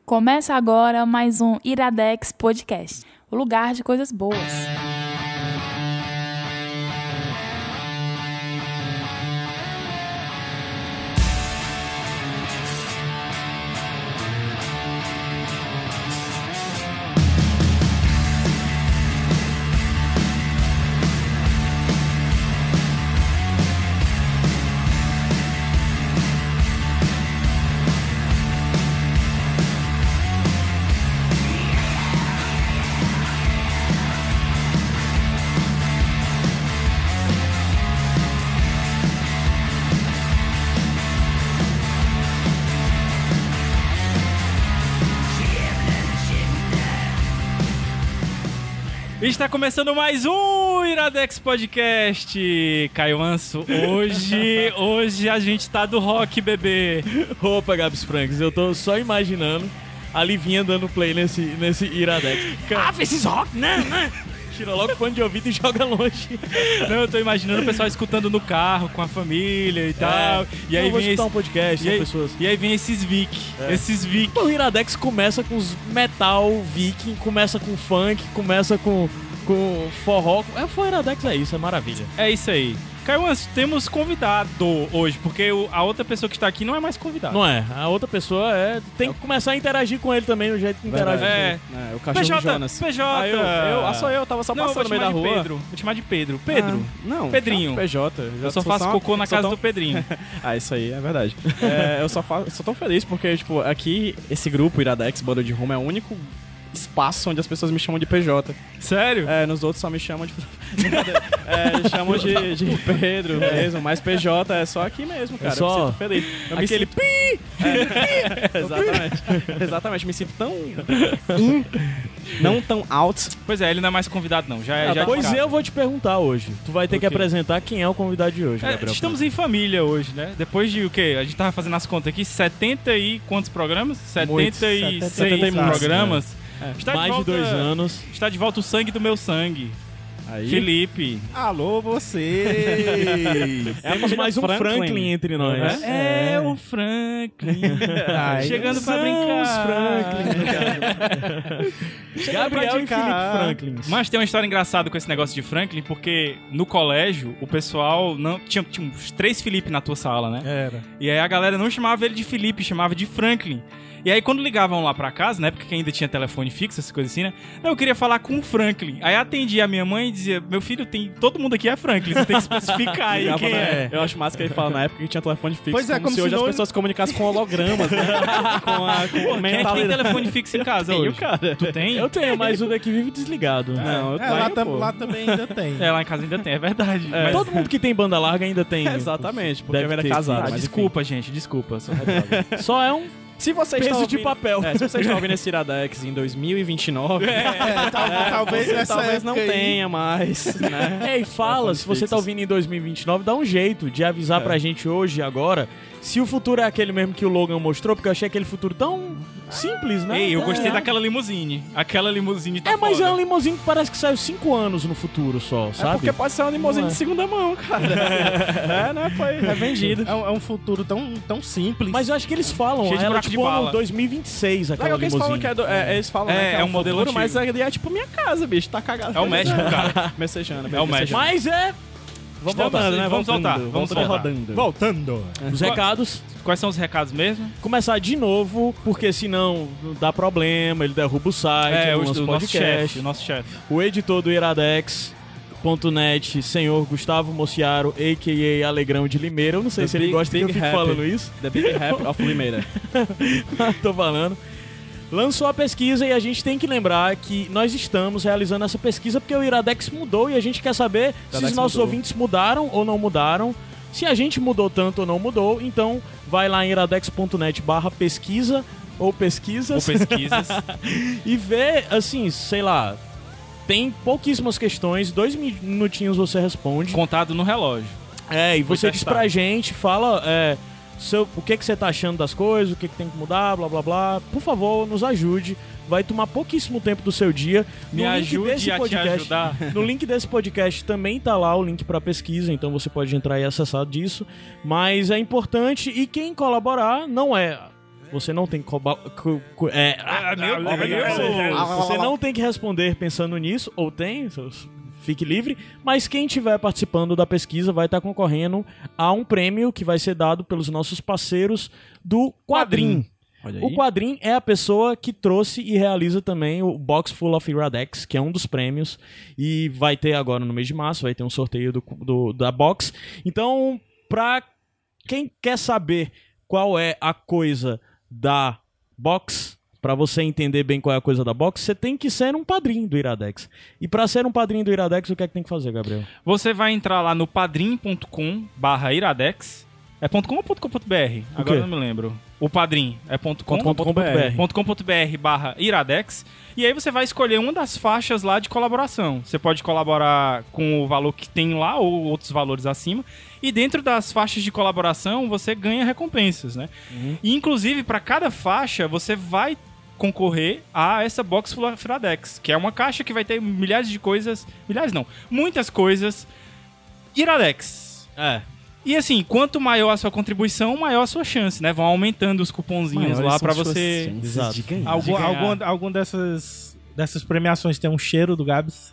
Começa agora mais um Iradex Podcast, o lugar de coisas boas. Está começando mais um Iradex Podcast, Caio Anso. Hoje a gente tá do rock, bebê. Opa, Gabs Franks, eu tô só imaginando a Livinha dando play nesse Iradex. Esses rock, né? Tira logo o fone de ouvido e joga longe. Não, eu tô imaginando o pessoal escutando no carro, com a família e tal. E aí vou vem escutar um podcast, são pessoas. E aí vem esses Vic. Esses Vic. O Iradex começa com os metal viking, começa com funk, começa com forró. O Iradex é isso, é maravilha. É isso aí. Caio Anso, temos convidado hoje, porque a outra pessoa que está aqui não é mais convidada. Não é, a outra pessoa tem que começar a interagir com ele também, do jeito que interage com ele. O cachorro Jonas. PJ. Só eu tava só passando no meio da rua. Vou te chamar de Pedro. Pedro. Não, Pedrinho. PJ. Eu só faço cocô na casa do Pedrinho. Isso aí é verdade. Eu sou tão feliz porque, tipo, aqui, esse grupo, Iradex, Banda de Rumo, é o único espaço onde as pessoas me chamam de PJ. Sério? Nos outros só me chamam de... chamam de Pedro mesmo, mas PJ é só aqui mesmo, cara. Só... Eu me sinto feliz. Aquele pi! Exatamente, me sinto tão... não tão out. Pois é, ele não é mais convidado não. Pois eu vou te perguntar hoje. Tu vai ter que apresentar quem é o convidado de hoje, Gabriel. Estamos em família hoje, né? Depois de o quê? A gente tava fazendo as contas aqui, 70 e quantos programas? 76 programas. Mais de 2 anos. Está de volta o sangue do meu sangue. Aí. Felipe. Alô, vocês! Temos mais um Franklin entre nós. O Franklin. Chegando pra brincar. Gabriel e Felipe Franklin. Mas tem uma história engraçada com esse negócio de Franklin, porque no colégio o pessoal não tinha uns 3 Felipe na tua sala, né? Era. E aí a galera não chamava ele de Felipe, chamava de Franklin. E aí quando ligavam lá pra casa, né, porque ainda tinha telefone fixo, essas coisas assim, né? Não, eu queria falar com o Franklin. Aí atendia a minha mãe e dizia, meu filho, todo mundo aqui é Franklin, você tem que especificar aí quem é. Eu acho massa que ele fala na época que tinha telefone fixo, pois é, como se hoje as pessoas se comunicassem com hologramas, né? Quem é que tem telefone fixo em casa hoje? Cara. Tu tem? Eu tenho, mas o daqui vive desligado. Não, lá também ainda tem. Lá em casa ainda tem, é verdade. Mas todo mundo que tem banda larga ainda tem. Exatamente, porque Deve era ter, casado. Mas desculpa, gente, desculpa. Sou rebelde. Só é um se você peso está de papel. Se você está ouvindo esse Iradex em 2029, talvez não tenha mais, né? E fala, se você tá ouvindo em 2029, dá um jeito de avisar pra gente hoje, agora, se o futuro é aquele mesmo que o Logan mostrou, porque eu achei aquele futuro tão simples, né? Ei, eu gostei daquela limusine. Aquela limusine tá mas foda. é uma limusine que parece que saiu 5 anos no futuro só, sabe? É porque pode ser uma limusine de segunda mão, cara. Né? Foi vendido. É um futuro tão simples. Mas eu acho que eles falam, cheio de ela buraco tipo de bala. ano 2026, aquela Legal que limusine. eles falam que é um modelo futuro, antigo. mas é tipo minha casa, bicho. Tá cagado. É o México, cara. Messejana. É o México. Mas Vamos voltar, né? Vamos voltar. Voltando. Os recados. Quais são os recados mesmo? Começar de novo, porque senão dá problema, ele derruba o site, o nosso podcast. O nosso chefe. O editor do Iradex.net, senhor Gustavo Mociaro, a.k.a. Alegrão de Limeira. Eu não sei se ele gosta que eu fico falando isso. The Big Rap of Limeira. Tô falando. Lançou a pesquisa e a gente tem que lembrar que nós estamos realizando essa pesquisa porque o Iradex mudou e a gente quer saber se os nossos ouvintes mudaram ou não mudaram, se a gente mudou tanto ou não mudou. Então vai lá em iradex.net/pesquisa ou pesquisas e vê, assim, sei lá, tem pouquíssimas questões, 2 minutinhos você responde. Contado no relógio. E você diz pra gente, fala... o que você tá achando das coisas, o que tem que mudar, blá blá blá. Por favor, nos ajude. Vai tomar pouquíssimo tempo do seu dia. Me ajude a te ajudar. No link desse podcast também tá lá o link pra pesquisa, então você pode entrar e acessar disso. Mas é importante, e quem colaborar não é Você não tem que Você não tem que responder pensando nisso, ou tem, fique livre, mas quem estiver participando da pesquisa vai estar concorrendo a um prêmio que vai ser dado pelos nossos parceiros do Quadrim. O Quadrim é a pessoa que trouxe e realiza também o Box Full of Iradex, que é um dos prêmios, e vai ter agora no mês de março, vai ter um sorteio da Box. Então, pra quem quer saber qual é a coisa da Box, pra você entender bem qual é a coisa da Box, você tem que ser um padrinho do Iradex. E pra ser um padrinho do Iradex, o que é que tem que fazer, Gabriel? Você vai entrar lá no padrim.com/iradex. É .com ou .com.br? Agora eu não me lembro. O Padrim é .com.br/iradex. E aí você vai escolher uma das faixas lá de colaboração. Você pode colaborar com o valor que tem lá ou outros valores acima. E dentro das faixas de colaboração, você ganha recompensas, né? E inclusive, para cada faixa, você vai concorrer a essa Box Full of Iradex, que é uma caixa que vai ter milhares de coisas... Milhares não. Muitas coisas Iradex. E assim, quanto maior a sua contribuição, maior a sua chance, né? Vão aumentando os cupomzinhos lá pra você... Exato. Algum dessas premiações tem um cheiro do Gabs?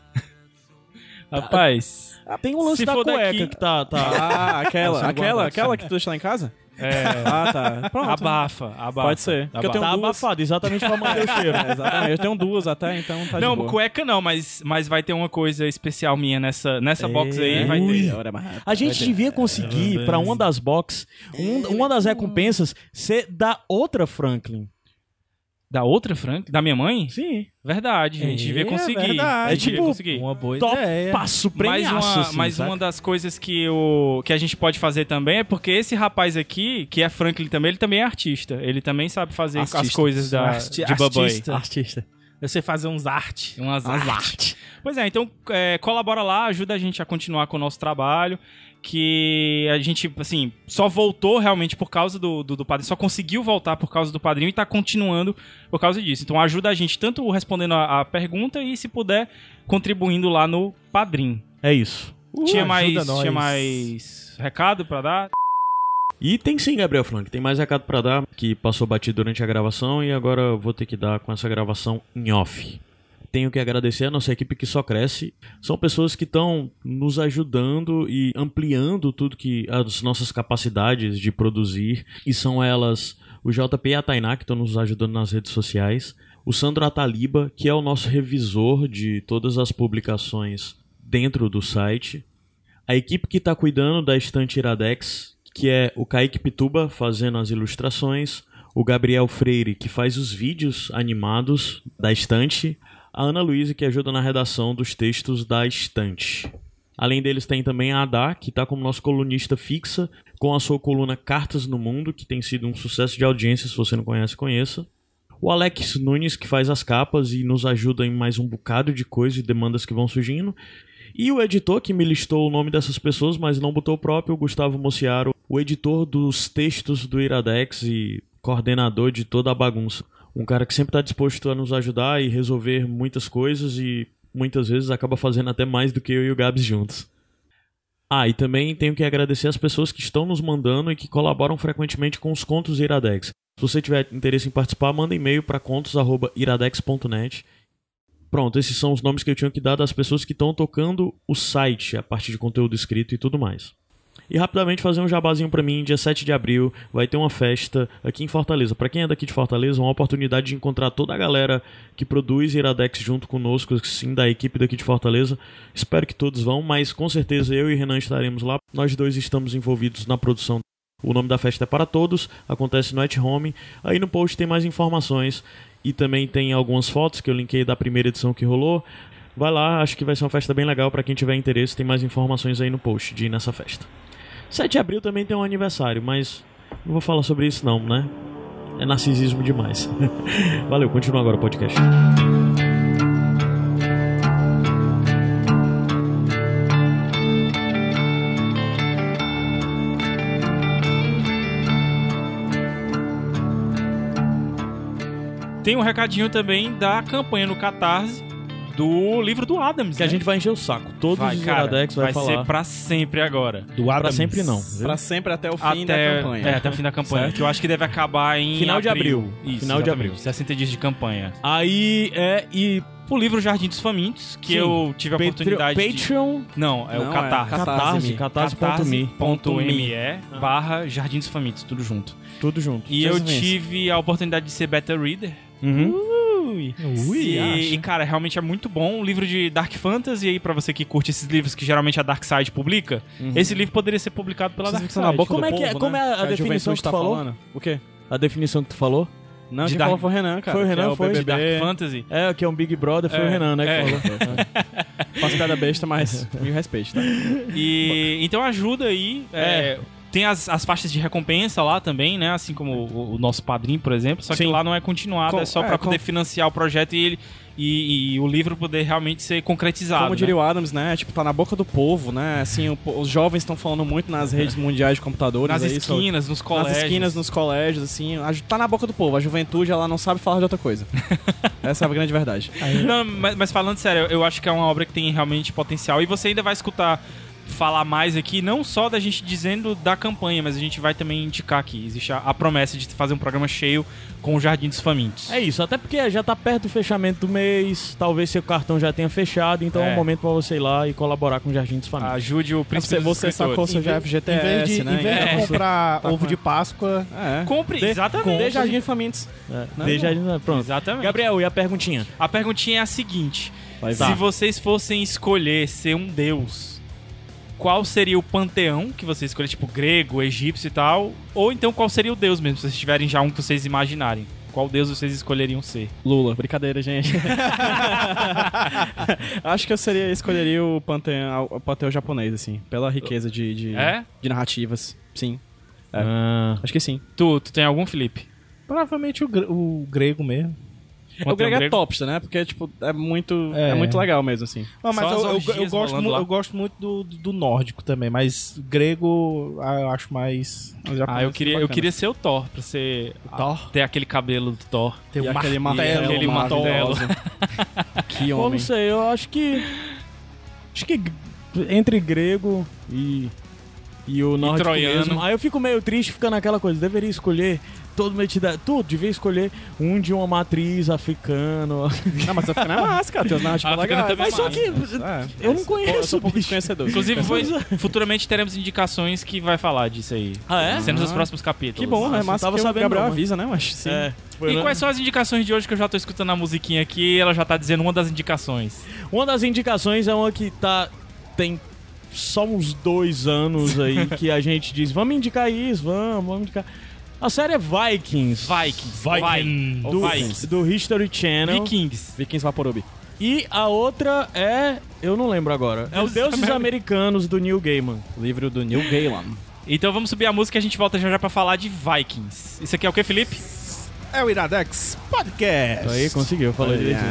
Rapaz... Tem um lance da cueca daqui... que tá... Aquela que tu deixa lá em casa? Tá. Pronto. Abafa. Pode ser. Porque eu tenho abafado, exatamente pra manter o cheiro. Exatamente. Eu tenho duas até, então tá de boa. Não, cueca não, mas vai ter uma coisa especial minha nessa box aí. Vai ter. A gente devia conseguir, pra uma das box, uma das recompensas ser da outra Franklin. Da outra, Frank? Da minha mãe? Sim. Verdade, a gente devia conseguir. Verdade. É tipo uma boa top ideia. passo premiaço. Mas uma das coisas que a gente pode fazer também é porque esse rapaz aqui, que é Franklin também, ele também é artista. Ele também sabe fazer as coisas de Babai. Artista. Eu sei fazer uns arte. Umas arte. Pois é, então colabora lá, ajuda a gente a continuar com o nosso trabalho, que a gente, assim, só voltou realmente por causa do Padrinho, só conseguiu voltar por causa do Padrinho e tá continuando por causa disso. Então ajuda a gente tanto respondendo a pergunta e, se puder, contribuindo lá no Padrim. É isso. Tinha mais recado pra dar? E tem sim, Gabriel Frank, tem mais recado pra dar, que passou batido durante a gravação e agora eu vou ter que dar com essa gravação em off. Tenho que agradecer a nossa equipe que só cresce. São pessoas que estão nos ajudando e ampliando tudo que as nossas capacidades de produzir. E são elas o JP e a Tainá, que estão nos ajudando nas redes sociais. O Sandro Ataliba, que é o nosso revisor de todas as publicações dentro do site. A equipe que está cuidando da estante Iradex, que é o Kaique Pituba fazendo as ilustrações. O Gabriel Freire, que faz os vídeos animados da estante. A Ana Luísa, que ajuda na redação dos textos da estante. Além deles tem também a Adá, que está como nossa colunista fixa, com a sua coluna Cartas no Mundo, que tem sido um sucesso de audiência, se você não conhece, conheça. O Alex Nunes, que faz as capas e nos ajuda em mais um bocado de coisa e demandas que vão surgindo. E o editor, que me listou o nome dessas pessoas, mas não botou o próprio, o Gustavo Mociaro, o editor dos textos do Iradex e coordenador de toda a bagunça. Um cara que sempre está disposto a nos ajudar e resolver muitas coisas e muitas vezes acaba fazendo até mais do que eu e o Gabs juntos. E também tenho que agradecer as pessoas que estão nos mandando e que colaboram frequentemente com os contos Iradex. Se você tiver interesse em participar, manda e-mail para contos@iradex.net. Pronto, esses são os nomes que eu tinha que dar das pessoas que estão tocando o site, a partir de conteúdo escrito e tudo mais. E rapidamente fazer um jabazinho pra mim, dia 7 de abril vai ter uma festa aqui em Fortaleza. Pra quem é daqui de Fortaleza, uma oportunidade de encontrar toda a galera que produz Iradex junto conosco, sim, da equipe daqui de Fortaleza. Espero que todos vão, mas com certeza eu e Renan estaremos lá. Nós dois estamos envolvidos na produção. O nome da festa é Para Todos, acontece no At Home. Aí no post tem mais informações e também tem algumas fotos que eu linkei da primeira edição que rolou. Vai lá, acho que vai ser uma festa bem legal pra quem tiver interesse. Tem mais informações aí no post de ir nessa festa. 7 de abril também tem um aniversário, mas não vou falar sobre isso não, né? É narcisismo demais. Valeu, continua agora o podcast. Tem um recadinho também da campanha no Catarse, do livro do Adams, Que a né? gente vai encher o saco. Todos Vai, os cara, Iradex vai falar. ser pra sempre agora. Do Pra Adams. sempre não. Viu? Pra sempre até o fim da campanha. Até o fim da campanha. Certo. Que eu acho que deve acabar em Final de abril. Isso, Final de exatamente. abril. 60 dias de campanha. Aí E o livro Jardim dos Famintos, que Sim. eu tive a oportunidade de... Patreon. Não, é o Não, Catarse. Catarse.me. catarse.me/Jardim dos Famintos, tudo junto. Tudo junto. E eu Jesus Deus. tive a oportunidade de ser beta reader. Uhum. E, cara, realmente é muito bom. Um livro de Dark Fantasy, aí pra você que curte esses livros que geralmente a Dark Side publica, esse livro poderia ser publicado pela Dark Side. na boca Como do é que é? povo, Como né? é a Que definição juventude que tu falou? falando. O quê? A definição que tu falou? Não, De quem Dark- falou foi o Renan, cara. Foi o Renan, que é foi? De BBB. Dark Fantasy. É, que é um Big Brother, foi o Renan, né? É. Que falou. Faço piada besta, mas me respeite, tá? E então ajuda aí. Tem as faixas de recompensa lá também, né? Assim como o nosso padrinho, por exemplo. Só que Sim. lá não é continuado, é só pra poder financiar o projeto e o livro poder realmente ser concretizado. Como né? diria o Adams, né? Tipo, tá na boca do povo, né? Assim, os jovens estão falando muito nas redes mundiais de computadores. Nas aí, esquinas, nos colégios. Nas esquinas, nos colégios, assim. Tá na boca do povo. A juventude, ela não sabe falar de outra coisa. Essa é a grande verdade. Não, mas falando sério, eu acho que é uma obra que tem realmente potencial. E você ainda vai escutar falar mais aqui, não só da gente dizendo da campanha, mas a gente vai também indicar aqui. Existe a promessa de fazer um programa cheio com o Jardim dos Famintos. É isso, até porque já tá perto do fechamento do mês, talvez seu cartão já tenha fechado, então é um momento pra você ir lá e colaborar com o Jardim dos Famintos. Ajude o príncipe dos Você escritores. sacou seu Em FGTS, vez de, né? em vez de comprar ovo de Páscoa, Compre, exatamente. De Jardim Famintos. Pronto. Exatamente. Gabriel, e a perguntinha? A perguntinha é a seguinte: Vai, se vai. vocês fossem escolher ser um deus, qual seria o panteão que você escolher, tipo grego, egípcio e tal? Ou então qual seria o deus mesmo, se vocês tiverem já um que vocês imaginarem? Qual deus vocês escolheriam ser? Lula. Brincadeira, gente. Acho que eu escolheria o panteão japonês, assim. Pela riqueza de narrativas. Sim. Acho que sim. Tu tem algum, Felipe? provavelmente o grego mesmo. O grego é top, né? Porque, tipo, é muito legal mesmo, assim. Não, mas Só as eu orgias gosto, rolando lá. eu gosto muito do nórdico também, mas grego eu acho mais... Eu queria ser o Thor, pra ser... Thor? Ter aquele cabelo do Thor. Ter E um aquele martelo, aquele maravilhoso. Que Eu homem. não sei, eu acho que entre grego e o nórdico troiano. mesmo. Aí eu fico meio triste ficando naquela coisa, deveria escolher tu devia escolher um de uma matriz africana. Não, mas africano é massa, cara. Tem os narrativos Africano legais. também é Mas só que eu não conheço, Eu sou um pouco bicho. desconhecedor. Inclusive, futuramente teremos indicações que vai falar disso aí. Ah, é? Cenas dos próximos capítulos. Que bom, é massa tava que o sabendo Gabriel não, mas- avisa, né? Mas sim. E quais são as indicações de hoje que eu já tô escutando a musiquinha aqui e ela já tá dizendo uma das indicações? Uma das indicações é uma que tem só uns 2 anos aí que a gente diz, vamos indicar isso, vamos indicar. A série é Vikings. Do History Channel. Vikings. Vaporub. E a outra eu não lembro agora. É Os Deuses Americanos do Neil Gaiman. Livro do Neil Gaiman. Então vamos subir a música e a gente volta já pra falar de Vikings. Isso aqui é o que, Felipe? É o Iradex Podcast. Aí, conseguiu, falou direitinho.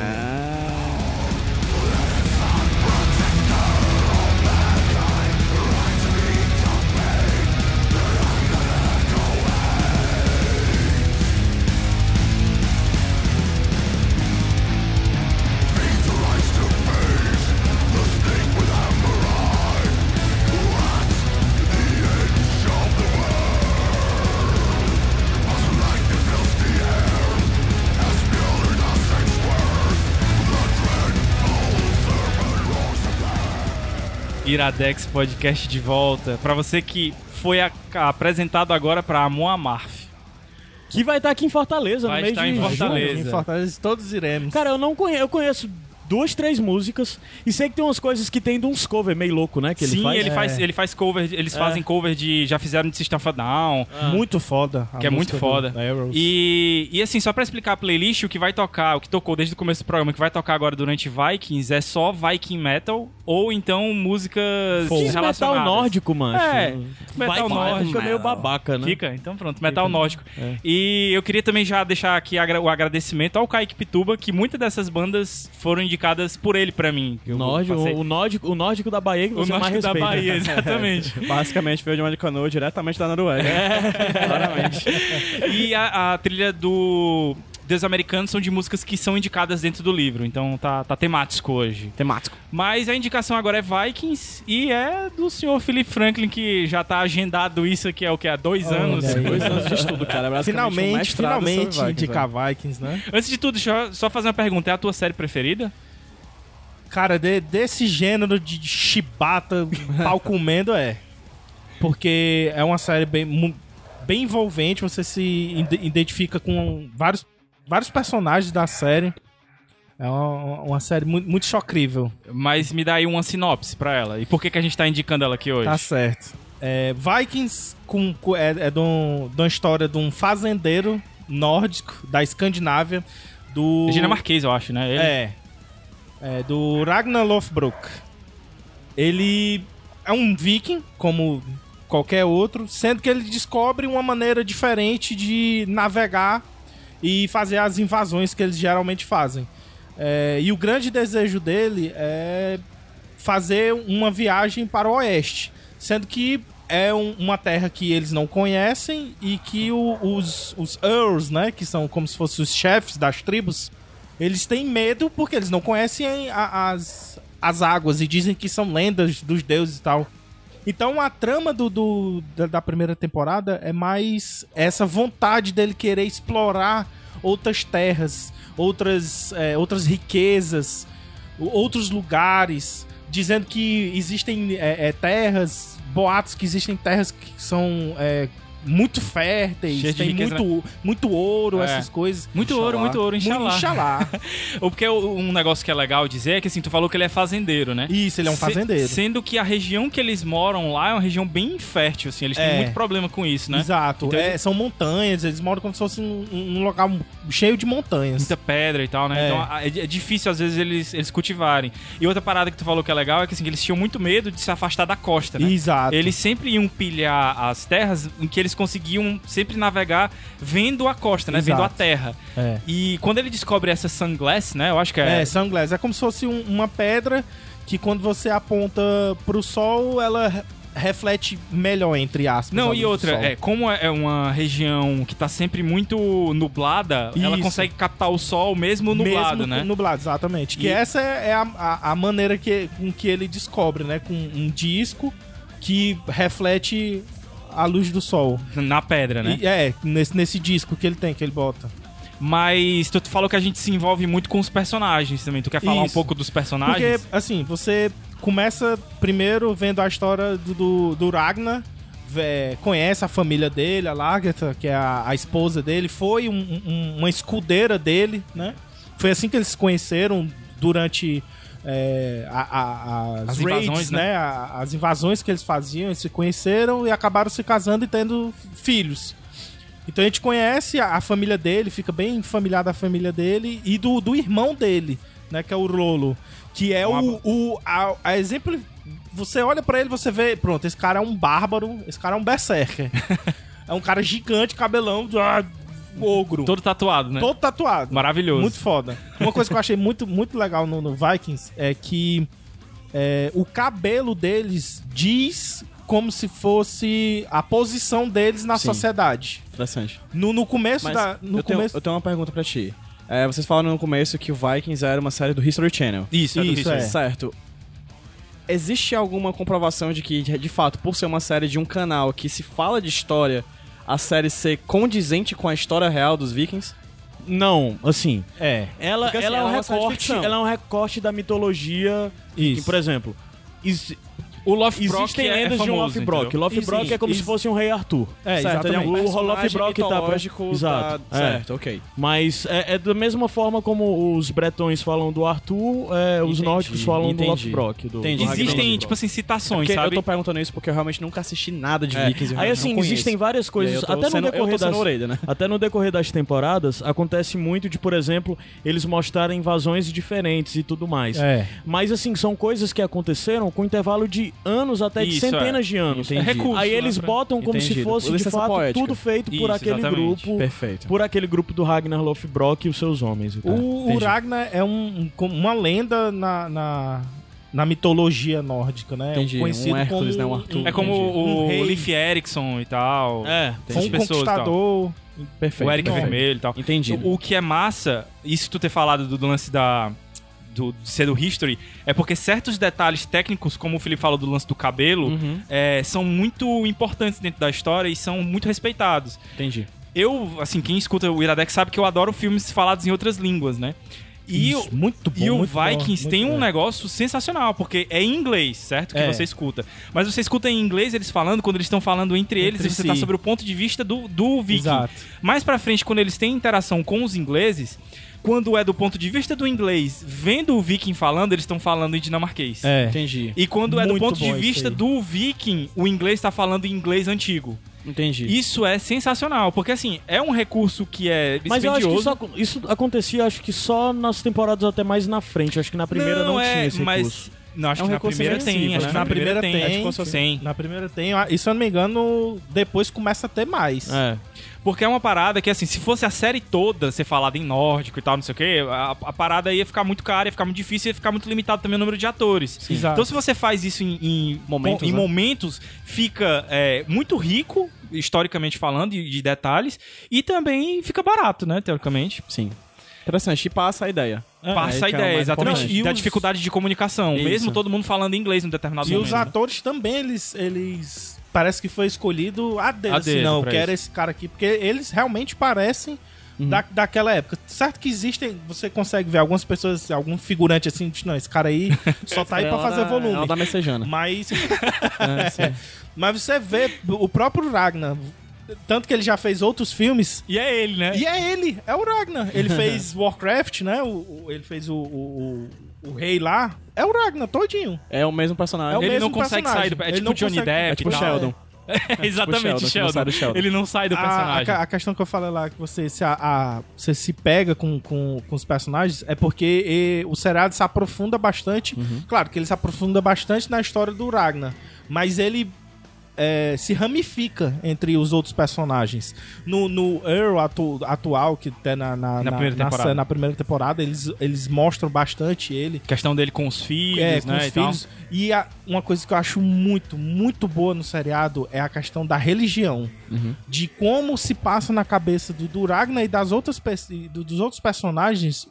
Iradex Podcast de volta. Pra você que foi apresentado agora pra Amon Amarth. Que vai estar aqui em Fortaleza, Vai no mês estar de em junho. Fortaleza. Em Fortaleza todos iremos. Cara, eu conheço 2, 3 músicas e sei que tem umas coisas que tem de uns cover meio louco, né? Que Sim, ele faz. ele faz cover, eles fazem cover de... Já fizeram de System of a Down. Muito foda. a Que é muito música foda. do Arrows. E assim, só pra explicar a playlist, o que vai tocar, o que tocou desde o começo do programa, o que vai tocar agora durante Vikings é só Viking Metal ou então músicas Diz relacionadas. metal nórdico, mano. Metal nórdico. Fica meio babaca, né? Fica, então pronto, metal nórdico. E eu queria também já deixar aqui o agradecimento ao Kaique Pituba, que muitas dessas bandas foram indicadas por ele pra mim. Eu passei- O nórdico da Bahia que o você mais nórdico da respeita. Bahia, exatamente. Basicamente veio de uma canoa diretamente da Noruega. Claramente. E a trilha do Deus Americanos são de músicas que são indicadas dentro do livro, então tá temático hoje. Temático. Mas a indicação agora é Vikings e é do senhor Philip Franklin, que já tá agendado isso aqui, o que? Há 2 anos? aí. 2 anos de estudo, cara. Basicamente, um mestrado sobre Vikings, indicar velho. Vikings, né? Antes de tudo, deixa eu só fazer uma pergunta. É a tua série preferida? Cara, desse gênero de chibata, pau comendo, porque é uma série bem envolvente, você se identifica com vários personagens da série. É uma série muito chocrível. Mas me dá aí uma sinopse pra ela. E por que a gente tá indicando ela aqui hoje? Tá certo. Vikings é de uma história de um fazendeiro nórdico da Escandinávia. É dinamarquês, eu acho, né? Ele... do Ragnar Lothbrok. Ele é um viking, como qualquer outro, sendo que ele descobre uma maneira diferente de navegar e fazer as invasões que eles geralmente fazem. E o grande desejo dele é fazer uma viagem para o oeste, sendo que é uma terra que eles não conhecem e que os Earls, né, que são como se fossem os chefes das tribos, eles têm medo porque eles não conhecem as águas e dizem que são lendas dos deuses e tal. Então a trama da primeira temporada é mais essa vontade dele querer explorar outras terras, outras riquezas, outros lugares, dizendo que existem terras, boatos que existem terras que são muito férteis, tem muito ouro, essas coisas. Muito ouro, Inxalá. Inxalá. Ou porque um negócio que é legal dizer é que assim, tu falou que ele é fazendeiro, né? Isso, ele é um fazendeiro. Sendo que a região que eles moram lá é uma região bem infértil, assim, eles têm muito problema com isso, né? Exato, então, são montanhas, eles moram como se fosse um local cheio de montanhas. Muita pedra e tal, né? Então é difícil às vezes eles cultivarem. E outra parada que tu falou que é legal é que assim, eles tinham muito medo de se afastar da costa, né? Exato. Eles sempre iam pilhar as terras em que eles conseguiam sempre navegar vendo a costa, né? Exato. Vendo a terra. E quando ele descobre essa Sunglass, né? Eu acho que Sunglass. É como se fosse uma pedra que quando você aponta pro sol, ela reflete melhor, entre aspas. Não, e outra, como é uma região que tá sempre muito nublada, ela consegue captar o sol mesmo nublado, né? Nublado, exatamente. Que essa é a maneira com que ele descobre, né? Com um disco que reflete a luz do sol. Na pedra, né? Nesse disco que ele bota. Mas tu falou que a gente se envolve muito com os personagens também. Tu quer falar um pouco dos personagens? Porque, assim, você começa primeiro vendo a história do Ragnar, conhece a família dele, a Lagertha, que é a esposa dele, foi uma escudeira dele, né? Foi assim que eles se conheceram durante as raids, invasões, né? As invasões que eles faziam, eles se conheceram e acabaram se casando e tendo filhos. Então a gente conhece a família dele, fica bem familiar da família dele e do irmão dele, né, que é o Rolo, que é a exemplo. Você olha pra ele, você vê, pronto, esse cara é um bárbaro, esse cara é um berserker. É um cara gigante, cabelão, ogro. Todo tatuado, né? Todo tatuado. Maravilhoso. Muito foda. Uma coisa que eu achei muito, muito legal no Vikings é que o cabelo deles diz como se fosse a posição deles na sociedade. Interessante. No começo eu tenho uma pergunta pra ti. Vocês falaram no começo que o Vikings era uma série do History Channel. Isso, do History. Certo. Existe alguma comprovação de que, de fato, por ser uma série de um canal que se fala de história, a série ser condizente com a história real dos Vikings? Não, assim. Ela Porque, assim, é um uma série de recorte. ficção. Ela é um recorte da mitologia. Isso. Por exemplo, O Lothbrok existem é lendas de um famoso, Lothbrok. entendeu? Lothbrok é como se fosse um rei Arthur. Exatamente. Ele é um Lothbrok mitológico Exato. Certo, ok. Mas é da mesma forma como os bretões falam do Arthur, os nórdicos falam do Lothbrok. Existem, tipo assim, citações, sabe? Eu tô perguntando isso porque eu realmente nunca assisti nada de Vikings. Aí assim, existem várias coisas. Até no decorrer das temporadas, acontece muito de, por exemplo, eles mostrarem invasões diferentes e tudo mais. Mas assim, são coisas que aconteceram com intervalo de anos até de centenas de anos. Recurso, aí eles botam como se fosse de fato poética. tudo feito por aquele exatamente. grupo. Perfeito. Por aquele grupo do Ragnar Lothbrok e os seus homens. O Ragnar é uma lenda na mitologia nórdica, né? Entendi. Conhecido Hércules, como né? Um Arthur. É como um o rei. Leif Erikson e tal. Foi um conquistador. Perfeito. O Eric Vermelho e tal. Entendi. O que é massa, isso tu ter falado do lance de ser do History, é porque certos detalhes técnicos, como o Felipe falou do lance do cabelo, são muito importantes dentro da história e são muito respeitados. Entendi. Assim, quem escuta o Iradex sabe que eu adoro filmes falados em outras línguas, né? Muito bom. E o muito Vikings bom, tem muito um negócio sensacional, porque é em inglês, certo? Que você escuta. Mas você escuta em inglês eles falando, quando eles estão falando entre eles, você tá sobre o ponto de vista do Viking. Exato. Mais pra frente, quando eles têm interação com os ingleses, quando é do ponto de vista do inglês, vendo o Viking falando, eles estão falando em dinamarquês. Entendi. E quando é do Muito ponto de bom vista isso aí. do Viking, o inglês tá falando em inglês antigo. Entendi. Isso é sensacional, porque assim, é um recurso que é Mas eu acho dispendioso. que isso acontecia, acho que só nas temporadas até mais na frente. Acho que na primeira não tinha esse recurso. Não, acho É um que na recurso primeira tem. invencível, Acho né? que na primeira tem. tem, Acho que tem. Na primeira tem. E se eu não me engano, depois começa a ter mais. Porque é uma parada que, assim, se fosse a série toda ser falada em nórdico e tal, não sei o quê, a parada ia ficar muito cara, ia ficar muito difícil, ia ficar muito limitado também o número de atores. Exato. Então, se você faz isso em momentos, fica muito rico, historicamente falando, de detalhes, e também fica barato, né, teoricamente. Sim. Interessante. E passa a ideia. Passa a que é o ideia, mais exatamente. importante. E da dificuldade de comunicação, Isso. mesmo todo mundo falando inglês em determinado E momento. os atores também, eles parece que foi escolhido a dedo. A Assim, dedo não, eu pra quero esse cara aqui, porque eles realmente parecem daquela época. Certo que existem, você consegue ver algumas pessoas, algum figurante assim, não, esse cara aí só tá aí pra fazer volume. Ela da messejana. Mas mas você vê o próprio Ragnar, tanto que ele já fez outros filmes. E é ele, né? E é ele, é o Ragnar. Ele fez Warcraft, né? Ele fez o rei lá. É o Ragnar, todinho. É o mesmo personagem. É o Ele mesmo não consegue personagem. sair do... É Ele tipo não Johnny consegue- Depp É tipo e tal. Sheldon. Exatamente, Sheldon, que não sai do Sheldon. Ele não sai do personagem. A questão que eu falei lá, que você se pega com os personagens, é porque o seriado se aprofunda bastante. Claro que ele se aprofunda bastante na história do Ragnar, mas ele se ramifica entre os outros personagens. No Earl atual, que tem na primeira temporada, eles mostram bastante ele. A questão dele com os filhos, Com né? os e tal. filhos. E uma coisa que eu acho muito, muito boa no seriado é a questão da religião. De como se passa na cabeça do Ragnar e dos outros personagens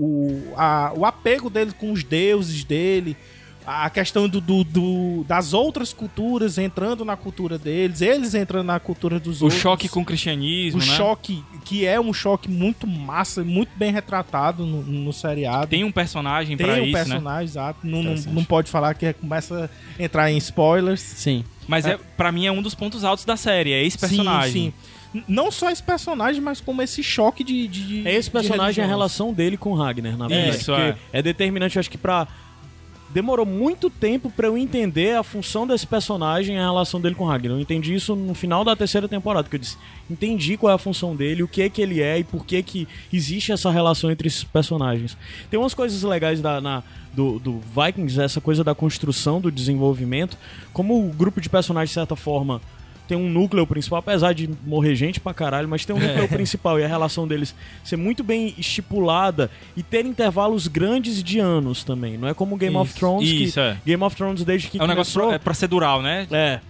o apego dele com os deuses dele. A questão das outras culturas entrando na cultura deles, eles entrando na cultura dos outros. O choque com o cristianismo, O né? choque, que é um choque muito massa, muito bem retratado no seriado. Tem um personagem pra Tem um isso, personagem, exato. Não Interessante. pode falar que começa a entrar em spoilers. Sim. Mas pra mim é um dos pontos altos da série, é esse personagem. Sim. Não só esse personagem, mas como esse choque de É esse personagem, de a religiões. relação dele com Ragnar, na verdade. Isso, porque é determinante, eu acho que demorou muito tempo pra eu entender a função desse personagem e a relação dele com Ragnar. Eu entendi isso no final da terceira temporada, que eu disse, entendi qual é a função dele, o que é que ele é e por que que existe essa relação entre esses personagens. Tem umas coisas legais do Vikings, essa coisa da construção, do desenvolvimento, como o grupo de personagens, de certa forma, tem um núcleo principal, apesar de morrer gente pra caralho, mas tem um núcleo principal e a relação deles ser muito bem estipulada e ter intervalos grandes de anos também. Não é como Game of Thrones, Isso, Game of Thrones desde que É um negócio começou... procedural, né?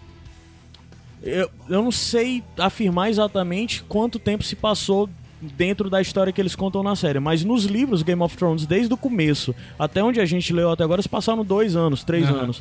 Eu não sei afirmar exatamente quanto tempo se passou dentro da história que eles contam na série, mas nos livros Game of Thrones, desde o começo até onde a gente leu até agora, se passaram 2 anos, 3 anos.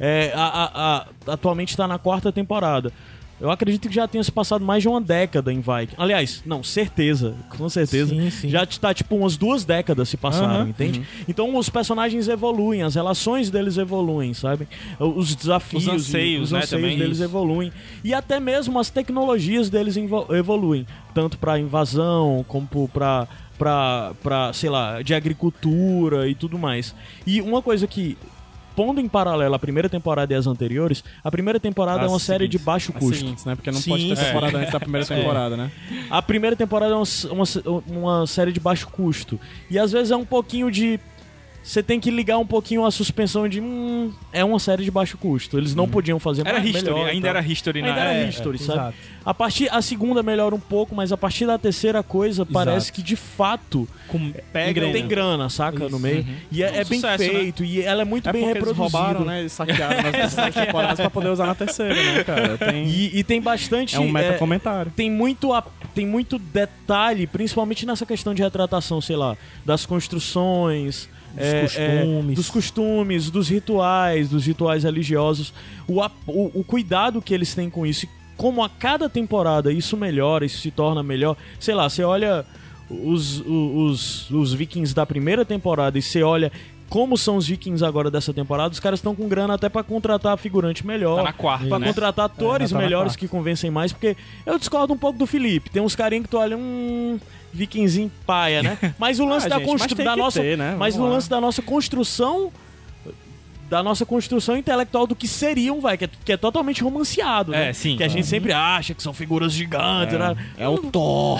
Atualmente está na 4ª temporada. Eu acredito que já tenha se passado mais de uma década em Viking. Aliás, não, certeza, com certeza. Sim. Já tá tipo umas 2 décadas se passaram, entende? Então os personagens evoluem, as relações deles evoluem, sabe? Os desafios, Os anseios, né, também. deles evoluem. E até mesmo as tecnologias deles evoluem. Tanto pra invasão, como pra sei lá, de agricultura e tudo mais. E uma coisa que, pondo em paralelo a primeira temporada e as anteriores, a primeira temporada é uma série de baixo custo. Seguintes, né? Porque não Sim, pode ter sim. temporada antes da primeira temporada, né? A primeira temporada é uma série de baixo custo. E às vezes é um pouquinho de... Você tem que ligar um pouquinho a suspensão de... é uma série de baixo custo. Eles não podiam fazer Era mais History, melhor, ainda então. era History, Ainda né? era History, sabe? Exato. A segunda melhora um pouco, mas a partir da terceira coisa parece que de fato tem grana, saca? No meio. E é bem sucesso, feito, e ela é muito bem porque eles reproduzida. roubaram, né? Eles saquearam nas temporadas pra poder usar na terceira, né, cara? E tem bastante... É um meta-comentário. Tem muito tem muito detalhe, principalmente nessa questão de retratação, sei lá, das construções, dos costumes, dos rituais religiosos, o cuidado que eles têm com isso, e como a cada temporada isso melhora, isso se torna melhor. Sei lá, você olha os Vikings da primeira temporada e você olha como são os Vikings agora dessa temporada, os caras estão com grana até pra contratar figurante melhor. Tá na quarta, pra contratar atores melhores que convencem mais, porque eu discordo um pouco do Felipe. Tem uns carinhos que tu olha, Vikingzinho paia, né? Mas o lance lance da nossa construção, da nossa construção intelectual do que seriam, que é totalmente romanceado, né? Sim. Que a gente sempre acha que são figuras gigantes, né? É o Thor.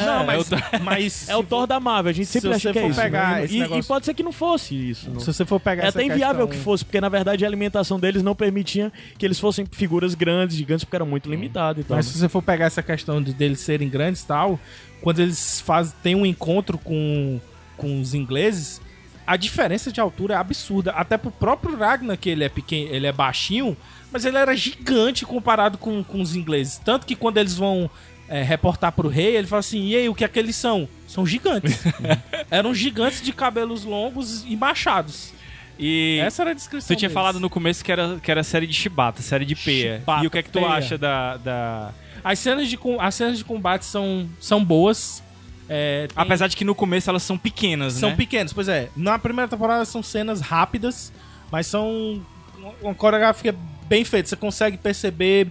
Mas é o Thor da Marvel, a gente sempre acha que é isso. Pegar e pode ser que não fosse isso. Não. Se você for pegar essa até inviável que fosse, porque na verdade a alimentação deles não permitia que eles fossem figuras gigantes, porque era muito limitado e tal. Mas se você for pegar essa questão de deles serem grandes e tal, quando eles têm um encontro com os ingleses, a diferença de altura é absurda. Até pro próprio Ragnar, que ele é pequeno, ele é baixinho, mas ele era gigante comparado com os ingleses. Tanto que quando eles vão reportar pro rei, ele fala assim, e aí, o que é que eles são? São gigantes. Eram gigantes de cabelos longos e machados. E essa era a descrição tu tinha deles. falado no começo que era série de Shibata, série de peia. Shibata, E o que é que tu peia. acha da... As cenas de combate são boas. Apesar de que no começo elas são pequenas, São né? pequenas, pois é. Na primeira temporada são cenas rápidas, mas são uma coreografia bem feita. Você consegue perceber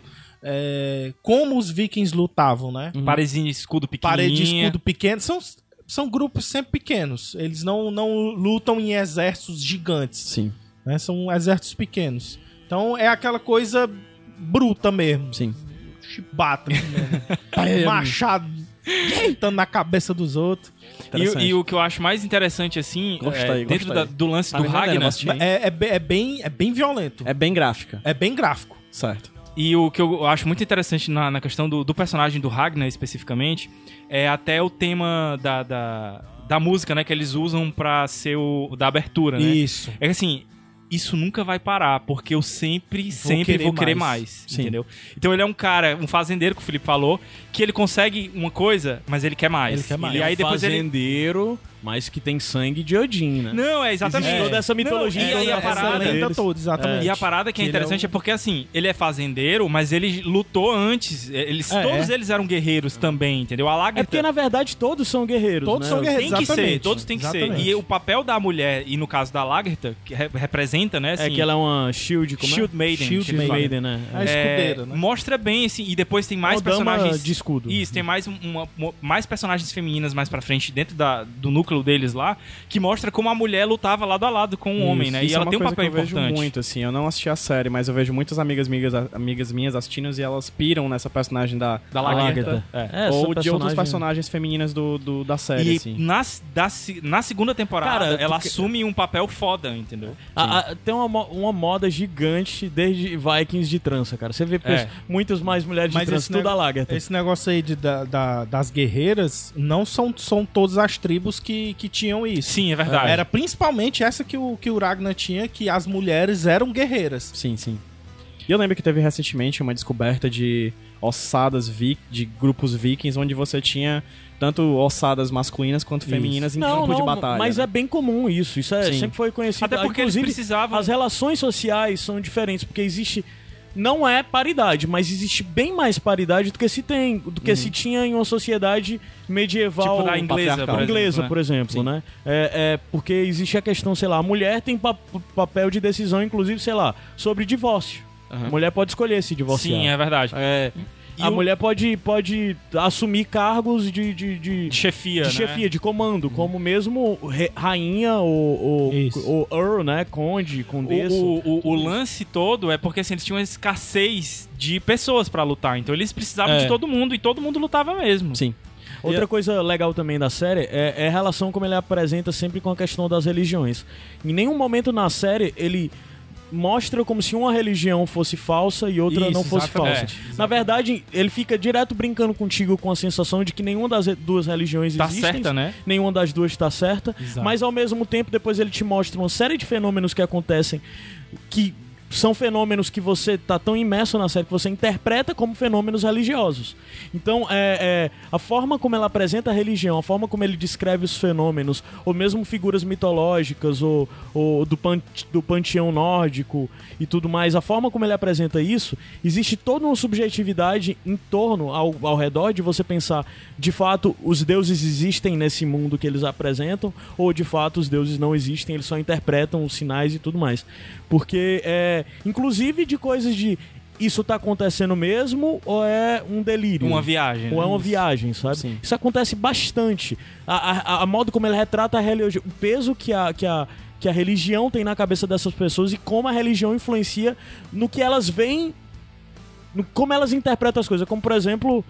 como os vikings lutavam, né? Paredes de escudo pequenininha. Parede de escudo pequeno. São grupos sempre pequenos. Eles não lutam em exércitos gigantes. Sim. Né? São exércitos pequenos. Então é aquela coisa bruta mesmo. Sim. Chibata mesmo. Machado tentando na cabeça dos outros. E o que eu acho mais interessante, assim, dentro do lance do Ragnar... É bem violento. É bem gráfica. É bem gráfico. Certo. E o que eu acho muito interessante na questão do personagem do Ragnar, especificamente, é até o tema da música, né? Que eles usam pra ser o da abertura, né? Isso. É que assim... Isso nunca vai parar, porque eu sempre vou querer mais, entendeu? Então ele é um cara, um fazendeiro, que o Felipe falou, que ele consegue uma coisa, mas ele quer mais. Ele quer mais. E aí depois fazendeiro, mas que tem sangue de Odin, né? Não, é exatamente. Toda essa mitologia. E a parada exatamente. E a parada que é interessante é porque, assim, ele é fazendeiro, mas ele lutou antes. Todos eles eram guerreiros também, entendeu? A Lagertha... É porque, na verdade, todos são guerreiros, Todos né? são guerreiros, tem que ser, todos têm que ser. E o papel da mulher, e no caso da Lagertha, que representa, né? Assim, que ela é uma shield, como Shield Maiden. Shield Maiden, né? A escudeira, né? Mostra bem, assim, e depois tem mais Uma dama personagens... de escudo. Isso, tem mais personagens femininas mais pra frente, dentro do núcleo deles lá, que mostra como a mulher lutava lado a lado com o homem, né? E ela tem um papel importante. Eu vejo muito, assim, eu não assisti a série, mas eu vejo muitas amigas minhas assistindo e elas piram nessa personagem da Lagertha. Ou de outras personagens femininas da série, e assim. na segunda temporada, Cara, ela assume um papel foda, entendeu? Tem uma moda gigante desde Vikings de trança, cara. Você vê muitas mais mulheres de trança, tudo a Lagertha. Esse negócio aí das guerreiras, não são todas as tribos que tinham isso. Sim, é verdade. Era principalmente essa que o Ragnar tinha, que as mulheres eram guerreiras. Sim, sim. E eu lembro que teve recentemente uma descoberta de ossadas de grupos vikings, onde você tinha tanto ossadas masculinas quanto femininas em campo de batalha. Mas é bem comum isso. Isso sempre foi conhecido. Até porque inclusive, eles precisavam... As relações sociais são diferentes, porque existe... Não é paridade, mas existe bem mais paridade do que se tinha em uma sociedade medieval, tipo da inglesa, por exemplo, né? Porque existe a questão, sei lá, a mulher tem papel de decisão, inclusive, sei lá, sobre divórcio. A mulher pode escolher se divorciar. Sim, é verdade. A mulher pode assumir cargos de chefia, de chefia, de comando, como mesmo rainha ou Earl, né? Conde, condessa. O lance todo é porque assim, eles tinham uma escassez de pessoas pra lutar, então eles precisavam de todo mundo, e todo mundo lutava mesmo. Sim. Outra coisa legal também da série é a relação como ele apresenta sempre com a questão das religiões. Em nenhum momento na série ele mostra como se uma religião fosse falsa e outra não fosse falsa. Na verdade, ele fica direto brincando contigo com a sensação de que nenhuma das duas religiões existe. Tá certa, né? Nenhuma das duas está certa. Exato. Mas ao mesmo tempo, depois ele te mostra uma série de fenômenos que acontecem que são fenômenos que você tá tão imerso na série que você interpreta como fenômenos religiosos. Então, a forma como ela apresenta a religião, a forma como ele descreve os fenômenos, ou mesmo figuras mitológicas, ou do panteão nórdico e tudo mais, a forma como ele apresenta isso, existe toda uma subjetividade em torno, ao redor de você pensar, de fato, os deuses existem nesse mundo que eles apresentam, ou de fato os deuses não existem, eles só interpretam os sinais e tudo mais. Porque, inclusive de coisas de isso tá acontecendo mesmo ou é um delírio? Uma viagem. Ou é uma viagem, sabe? Sim. Isso acontece bastante. A modo como ele retrata a religião, o peso que a religião tem na cabeça dessas pessoas e como a religião influencia no que elas veem, como elas interpretam as coisas. Como, por exemplo,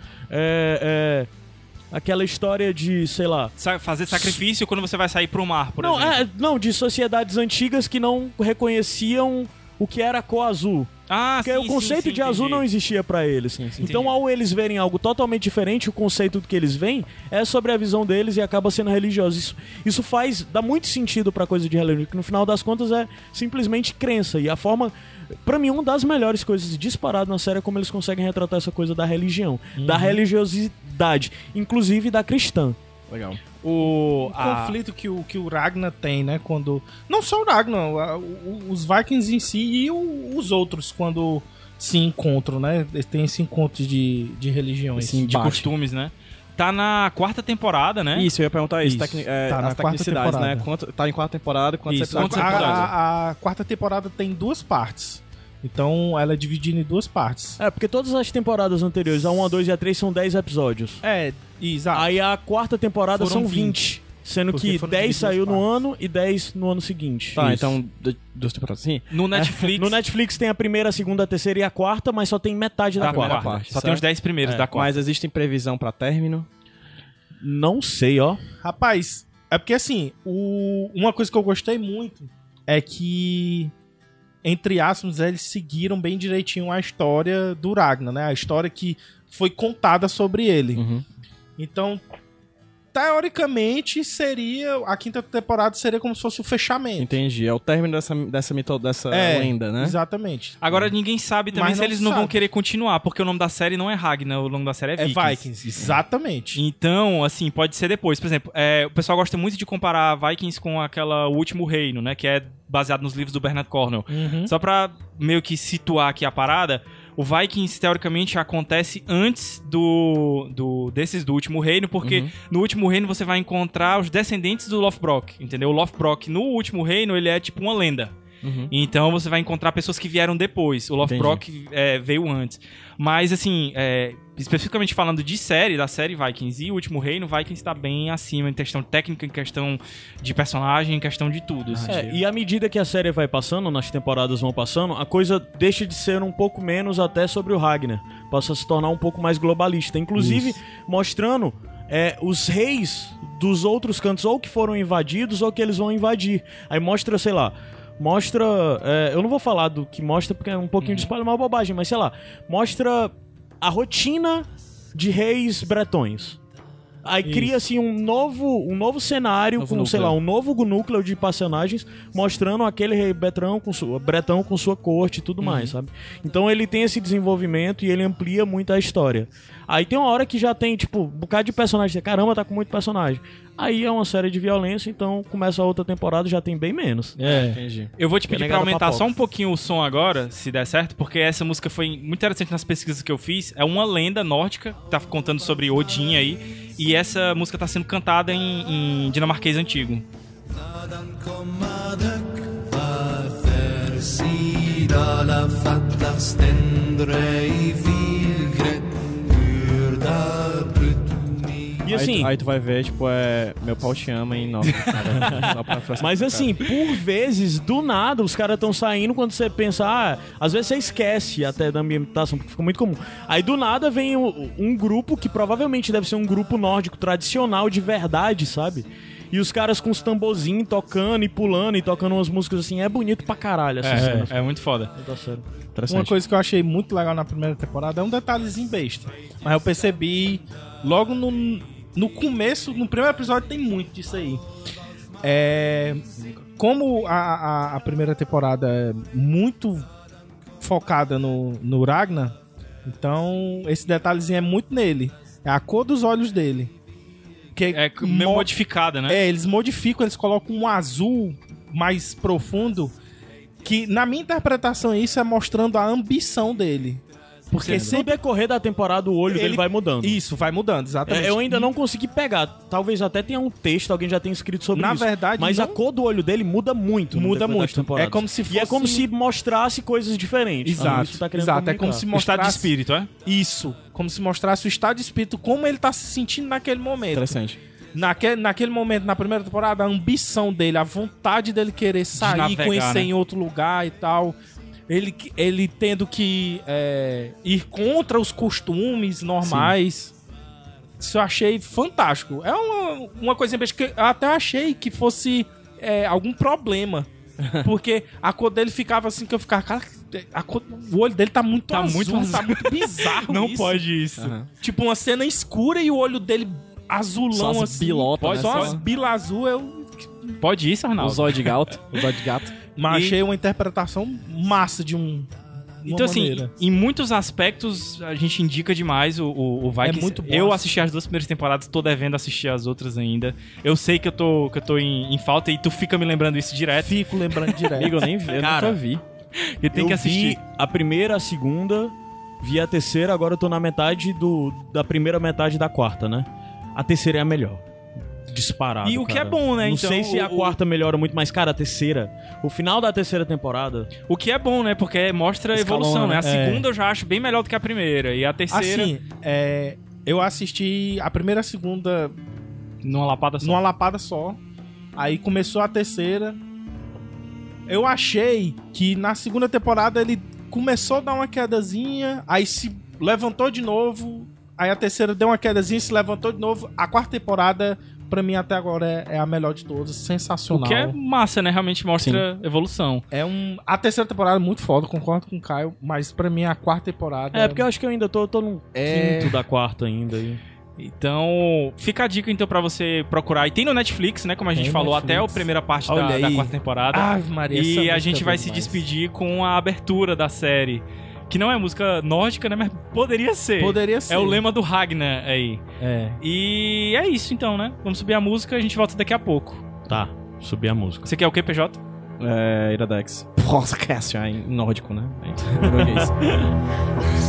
aquela história de, sei lá... Fazer sacrifício quando você vai sair pro mar, por exemplo. Não, de sociedades antigas que não reconheciam o que era a cor azul. Porque o conceito de azul não existia pra eles. Então, ao eles verem algo totalmente diferente, o conceito do que eles veem é sobre a visão deles e acaba sendo religioso. Isso dá muito sentido pra coisa de religião, que no final das contas é simplesmente crença. E a forma... Pra mim, uma das melhores coisas disparadas na série é como eles conseguem retratar essa coisa da religião, da religiosidade, inclusive da cristã. Legal. O conflito que o Ragnar tem, né? Quando... Não só o Ragnar, os Vikings em si e os outros, quando se encontram, né? Tem esse encontro de religiões. Sim, de costumes, né? Tá na 4ª temporada, né? Isso, eu ia perguntar isso. Tá as tecnicidades, né? Tá em 4ª temporada, quantos episódios? A 4ª temporada tem 2 partes. Então ela é dividida em 2 partes. Porque todas as temporadas anteriores, a 1, a 2 e a 3, são 10 episódios. Exato. Aí a 4ª temporada Foram são 20. Sendo Porque que 10 saiu no ano e 10 no ano seguinte. Tá, Isso. então 2 temporadas, sim. No Netflix... No Netflix tem a 1ª, a 2ª, a 3ª e a 4ª, mas só tem metade da primeira 4ª. parte. Só tem os 10 primeiros da 4ª. Mas existe previsão pra término? Não sei, ó. Rapaz, é porque assim, uma coisa que eu gostei muito é que, entre aspas, eles seguiram bem direitinho a história do Ragnar, né? A história que foi contada sobre ele. Uhum. Então, teoricamente, a 5ª temporada seria como se fosse o fechamento. Entendi. É o término dessa lenda, né? Exatamente. Agora, ninguém sabe também Mas se não eles não sabe. vão querer continuar, porque o nome da série não é Ragnar, o nome da série é Vikings. Exatamente. Então, assim, pode ser depois. Por exemplo, o pessoal gosta muito de comparar Vikings com aquela O Último Reino, né? Que é baseado nos livros do Bernard Cornwell. Uhum. Só pra meio que situar aqui a parada, o Vikings, teoricamente, acontece antes desses do Último Reino, porque no Último Reino você vai encontrar os descendentes do Lothbrok, entendeu? O Lothbrok, no Último Reino, ele é tipo uma lenda. Então você vai encontrar pessoas que vieram depois. O Lothbrok veio antes. Mas, assim, especificamente falando da série Vikings e O Último Reino, Vikings tá bem acima em questão técnica, em questão de personagem, em questão de tudo. E à medida que a série vai passando, nas temporadas vão passando, a coisa deixa de ser um pouco menos até sobre o Ragnar. Passa a se tornar um pouco mais globalista. Inclusive, mostrando os reis dos outros cantos, ou que foram invadidos, ou que eles vão invadir. Aí mostra, sei lá... eu não vou falar do que mostra porque é um pouquinho de spoiler, uma bobagem, mas sei lá, mostra a rotina de reis bretões. Aí cria-se um novo cenário, sei lá, um novo núcleo de personagens mostrando aquele rei bretão com sua corte e tudo mais, sabe? Então ele tem esse desenvolvimento e ele amplia muito a história. Aí tem uma hora que já tem, tipo, um bocado de personagem. Caramba, tá com muito personagem. Aí é uma série de violência, então começa a outra temporada já tem bem menos. Entendi. Eu vou te pedir pra aumentar só um pouquinho o som agora, se der certo, porque essa música foi muito interessante nas pesquisas que eu fiz. É uma lenda nórdica, que tá contando sobre Odin aí, e essa música tá sendo cantada em dinamarquês antigo. E assim, aí tu vai ver, tipo, Meu Pau Te Ama em nórdico. Mas assim, por vezes, do nada, os caras estão saindo quando você pensa, às vezes você esquece até da ambientação, porque fica muito comum. Aí do nada vem um grupo que provavelmente deve ser um grupo nórdico tradicional de verdade, sabe? E os caras com os tamborzinhos tocando e pulando e tocando umas músicas assim, é bonito pra caralho essa cena. É muito foda. Uma coisa que eu achei muito legal na primeira temporada é um detalhezinho besta. Mas eu percebi logo no começo, no primeiro episódio tem muito disso aí. Como a primeira temporada é muito focada no Ragnar. Então, esse detalhezinho é muito nele. É a cor dos olhos dele. Que é meio modificada, né? Eles modificam, eles colocam um azul mais profundo. Que, na minha interpretação, isso é mostrando a ambição dele. Porque no decorrer da temporada o olho dele vai mudando. Isso, vai mudando, exatamente. Eu ainda não consegui pegar. Talvez até tenha um texto, alguém já tenha escrito sobre isso. Na verdade, mas a cor do olho dele muda muito. Muda muito. É como se fosse... E é como se mostrasse coisas diferentes. Exato, isso tá exato. É como se mostrasse... O estado de espírito, é? Isso. Como se mostrasse o estado de espírito, como ele tá se sentindo naquele momento. Interessante. Naquele momento, na primeira temporada, a ambição dele, a vontade dele querer sair, navegar, conhecer né? em outro lugar e tal... Ele tendo que ir contra os costumes normais. Sim. Isso eu achei fantástico. É uma coisa que eu até achei que fosse algum problema. Porque a cor dele ficava assim, que eu ficava... Cara, o olho dele tá muito azul, tá muito bizarro. Não isso. pode isso. Uhum. Tipo, uma cena escura e o olho dele azulão, só as assim. bilotas, Só né? as bilas azul, Pode isso, Arnaldo? O zóio de gato. Mas achei uma interpretação massa de uma então, maneira. assim, em muitos aspectos, a gente indica demais o Vikings. É muito bom. Eu assisti as 2 primeiras temporadas, tô devendo assistir as outras ainda. Eu sei que eu tô em falta e tu fica me lembrando isso direto. Fico lembrando direto. Amigo, eu nem vi, eu nunca vi. E tem que assistir. Vi a primeira, a segunda, vi a terceira, agora eu tô na metade da primeira metade da quarta, né? A terceira é a melhor. Disparado, E o que cara. é bom, né? Não Então, sei se a quarta melhora muito, mas, cara, a terceira... O final da terceira temporada... O que é bom, né? Porque mostra a Escalona, evolução, né? A né? segunda eu já acho bem melhor do que a primeira. E a terceira... Assim, eu assisti a primeira e a segunda Numa lapada só. Aí começou a terceira. Eu achei que na segunda temporada ele começou a dar uma quedazinha, aí se levantou de novo. Aí a terceira deu uma quedazinha e se levantou de novo. A quarta temporada, pra mim, até agora é a melhor de todas. Sensacional. O que é massa, né? Realmente mostra evolução. A terceira temporada é muito foda, concordo com o Caio. Mas pra mim, a quarta temporada... porque eu acho que eu ainda tô no quinto da quarta ainda. Então, fica a dica então pra você procurar. E tem no Netflix, né? Como a gente falou, Netflix. até a primeira parte da aí. quarta temporada. Ave Maria, essa e a música gente é vai boa se demais. despedir com a abertura da série. Que não é música nórdica, né? Mas poderia ser. Poderia ser. É o lema do Ragnar aí. E é isso então, né? Vamos subir a música e a gente volta daqui a pouco. Tá, subi a música. Você quer o quê, PJ? Iradex. Podcast, em nórdico, né? É isso.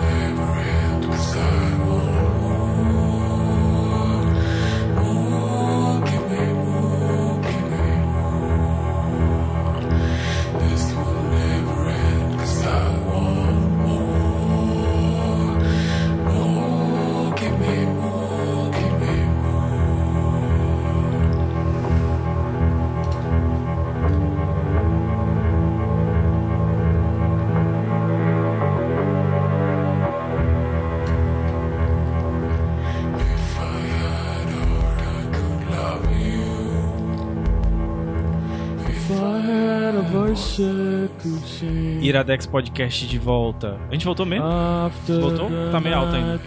Iradex Podcast de volta. A gente voltou mesmo? Voltou? Tá meio alto ainda.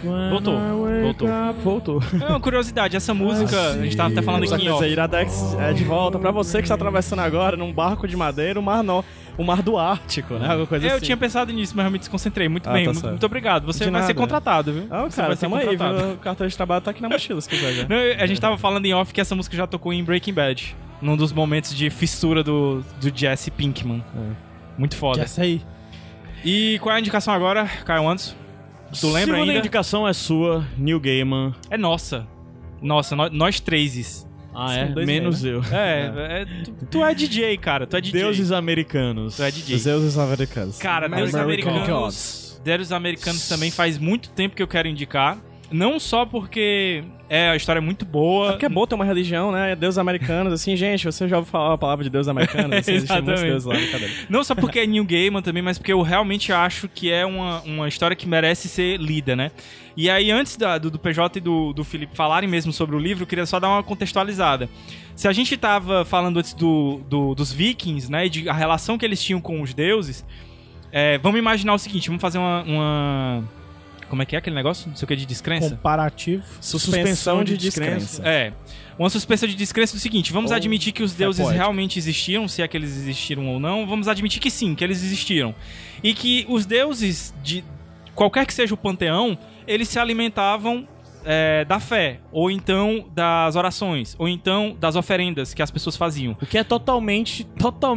Voltou. É uma curiosidade, essa música, a gente tava até falando aqui em off. Iradex é de volta pra você que está atravessando agora num barco de madeira, o mar do Ártico, né? Alguma coisa assim. Eu tinha pensado nisso, mas eu me desconcentrei. Muito bem, tá certo. muito obrigado. Você De vai ser nada. contratado, viu? Ah, Você cara, vai ser tamo aí, contratado. viu? O cartão de trabalho tá aqui na mochila, se quiser já. Não, a gente tava falando em off que essa música já tocou em Breaking Bad. Num dos momentos de fissura do Jesse Pinkman. Muito foda. Essa aí. E qual é a indicação agora, Caio Anderson? Tu lembra Segunda ainda? indicação é sua, Neil Gaiman. É nossa. Nossa, nós três. Ah, São dois menos eu. Tu é DJ, cara. Tu é DJ. Deuses americanos. Tu é DJ. Os deuses americanos. Cara, Deuses American Americanos. Gods. Deuses Americanos também faz muito tempo que eu quero indicar. Não só porque a história é muito boa. É porque é bom ter uma religião, né? Deuses americanos, assim, gente, você já ouviu falar a palavra de deuses americanos? Assim, existem muitos deuses lá, brincadeira. Não só porque é Neil Gaiman também, mas porque eu realmente acho que é uma história que merece ser lida, né? E aí, antes do PJ e do Felipe falarem mesmo sobre o livro, eu queria só dar uma contextualizada. Se a gente tava falando antes dos vikings, né? E a relação que eles tinham com os deuses, vamos imaginar o seguinte, vamos fazer uma Como é que é aquele negócio? Não sei o que, de descrença? Comparativo. Suspensão de descrença. Uma suspensão de descrença do seguinte: vamos admitir que os deuses realmente existiram, se é que eles existiram ou não. Vamos admitir que sim, que eles existiram. E que os deuses, de qualquer que seja o panteão, eles se alimentavam da fé, ou então das orações, ou então das oferendas que as pessoas faziam. O que é totalmente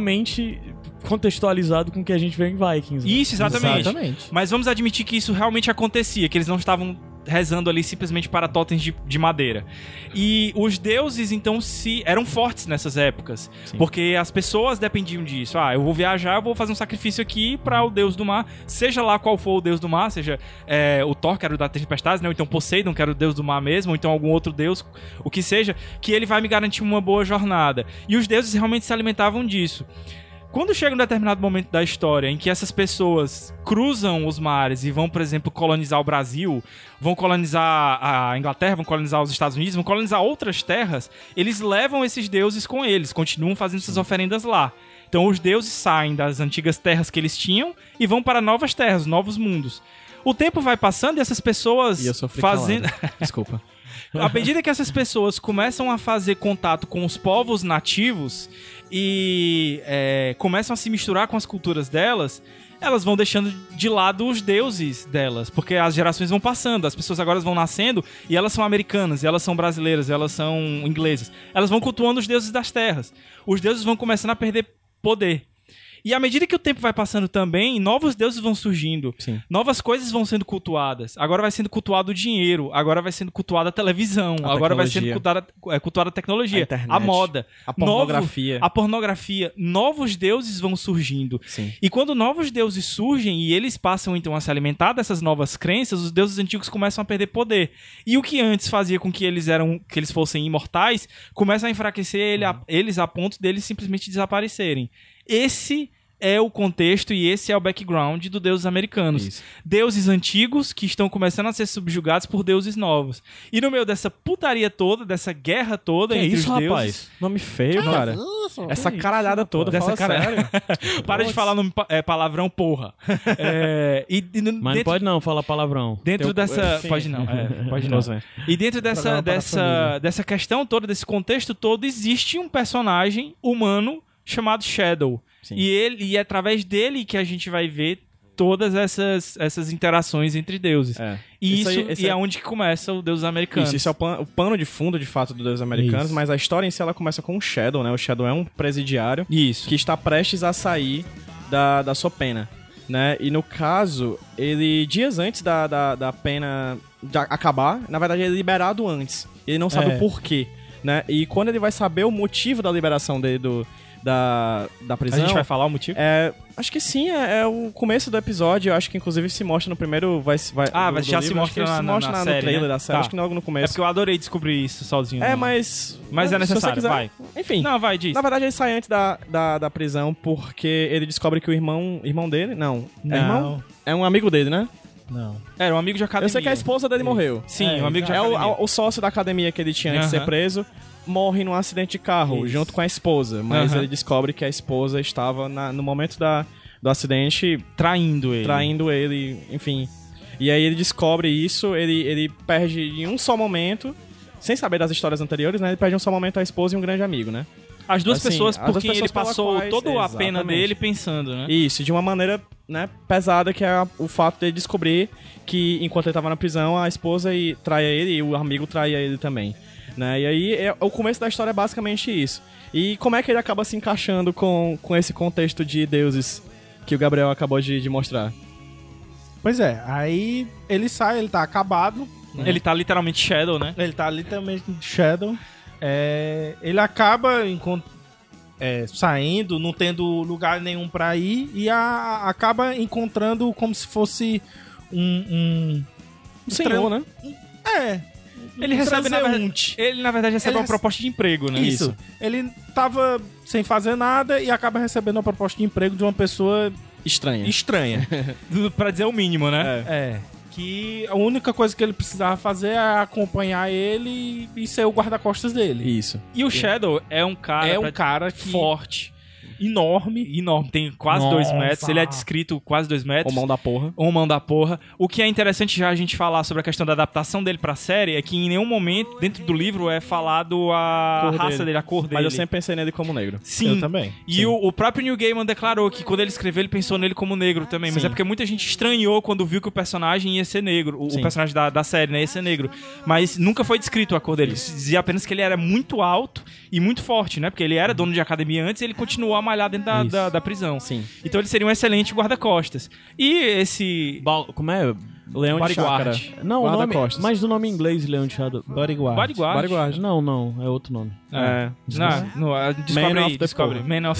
contextualizado com o que a gente vê em Vikings. Né? Isso, exatamente. Mas vamos admitir que isso realmente acontecia, que eles não estavam rezando ali simplesmente para totens de madeira. E os deuses, então, eram fortes nessas épocas. Sim. Porque as pessoas dependiam disso. Eu vou viajar, eu vou fazer um sacrifício aqui para o deus do mar, seja lá qual for o deus do mar, seja o Thor, que era o da tempestade, né? Ou então Poseidon, que era o deus do mar mesmo, ou então algum outro deus, o que seja, que ele vai me garantir uma boa jornada. E os deuses realmente se alimentavam disso. Quando chega um determinado momento da história em que essas pessoas cruzam os mares e vão, por exemplo, colonizar o Brasil, vão colonizar a Inglaterra, vão colonizar os Estados Unidos, vão colonizar outras terras, eles levam esses deuses com eles, continuam fazendo essas oferendas lá. Então os deuses saem das antigas terras que eles tinham e vão para novas terras, novos mundos. O tempo vai passando e essas pessoas fazendo... Desculpa. À medida que essas pessoas começam a fazer contato com os povos nativos e começam a se misturar com as culturas delas, elas vão deixando de lado os deuses delas, porque as gerações vão passando, as pessoas agora vão nascendo e elas são americanas, e elas são brasileiras, e elas são inglesas. Elas vão cultuando os deuses das terras. Os deuses vão começando a perder poder. E à medida que o tempo vai passando também, novos deuses vão surgindo. Sim. Novas coisas vão sendo cultuadas. Agora vai sendo cultuado o dinheiro. Agora vai sendo cultuada a televisão. Agora vai sendo cultuada a tecnologia. A internet, a moda. A pornografia. A pornografia. Novos deuses vão surgindo. Sim. E quando novos deuses surgem e eles passam então a se alimentar dessas novas crenças, os deuses antigos começam a perder poder. E o que antes fazia com que eles fossem imortais, começa a enfraquecer eles a ponto deles simplesmente desaparecerem. Esse é o contexto e esse é o background dos deuses americanos. Isso. Deuses antigos que estão começando a ser subjugados por deuses novos. E no meio dessa putaria toda, dessa guerra toda que entre isso, os deuses... rapaz? Nome feio, cara. Essa caralhada toda, dessa sério. Para de falar nome, palavrão, porra. Mas não pode não falar palavrão. Dentro dessa... Pode não. Pode não. E dentro dessa questão toda, desse contexto todo, existe um personagem humano chamado Shadow. Sim. E é através dele que a gente vai ver todas essas interações entre deuses. E isso é onde que começa o Deus Americano. Isso é o pano de fundo, de fato, do Deus Americanos, mas a história em si ela começa com o Shadow, né? O Shadow é um presidiário que está prestes a sair da sua pena, né? E no caso, ele, dias antes da pena acabar, na verdade ele é liberado antes. Ele não sabe o porquê, né? E quando ele vai saber o motivo da liberação dele da prisão... A gente vai falar o motivo? Acho que sim, é o começo do episódio. Eu acho que inclusive se mostra no primeiro... já se mostra na série, no trailer, né? Da série. Tá. Acho que logo no começo. É porque eu adorei descobrir isso sozinho. Mas é necessário, vai. Enfim. Não, vai, diz. Na verdade ele sai antes da prisão porque ele descobre que o irmão dele... Não. Irmão? É um amigo dele, né? Não. Era um amigo de academia. Eu sei que a esposa dele morreu. Sim, um amigo de academia. É o sócio da academia que ele tinha antes de ser preso. Morre num acidente de carro, junto com a esposa. Mas ele descobre que a esposa estava no momento do acidente... Traindo ele, enfim. E aí ele descobre isso, ele perde em um só momento, sem saber das histórias anteriores, né? Ele perde em um só momento a esposa e um grande amigo, né? As duas pessoas por quem ele passou toda a pena dele pensando, né? Isso, de uma maneira, né, pesada, que é o fato de ele descobrir que, enquanto ele estava na prisão, a esposa traia ele e o amigo traia ele também. Né? E aí, o começo da história é basicamente isso. E como é que ele acaba se encaixando com esse contexto de deuses que o Gabriel acabou de mostrar? Pois é, aí ele sai, ele tá acabado. Né? Ele tá literalmente Shadow, né? Ele tá literalmente Shadow. Ele acaba saindo, não tendo lugar nenhum pra ir, e acaba encontrando como se fosse um senhor, né? Ele recebe, na verdade, recebe uma proposta de emprego, né? Isso. Ele tava sem fazer nada e acaba recebendo uma proposta de emprego de uma pessoa estranha. Pra dizer o mínimo, né? Que a única coisa que ele precisava fazer é acompanhar ele e ser o guarda-costas dele. Isso. E o Shadow é um cara, que... forte. enorme. Enorme, tem quase 2 metros. Ele é descrito quase 2 metros. O mão da porra. O mão da porra. O que é interessante já a gente falar sobre a questão da adaptação dele pra série é que em nenhum momento, dentro do livro, é falado a raça dele, a cor dele. Mas eu sempre pensei nele como negro. Sim. Eu também. E o próprio Neil Gaiman declarou que quando ele escreveu, ele pensou nele como negro também. Mas Sim. é porque muita gente estranhou quando viu que o personagem ia ser negro. O personagem da série, né? Ia ser negro. Mas nunca foi descrito a cor dele. Dizia apenas que ele era muito alto e muito forte, né? Porque ele era dono de academia antes e ele continuou a malhar dentro da prisão. Sim. Então ele seria um excelente guarda-costas. E esse... Como é? Leão de chácara. Bodyguard. Não, o nome, Guarda-costas. mas do nome em inglês, Leão de Shadow. Bodyguard. Bodyguard. Não, é outro nome. Descobre Man aí, of the descobre. Poor. Man of...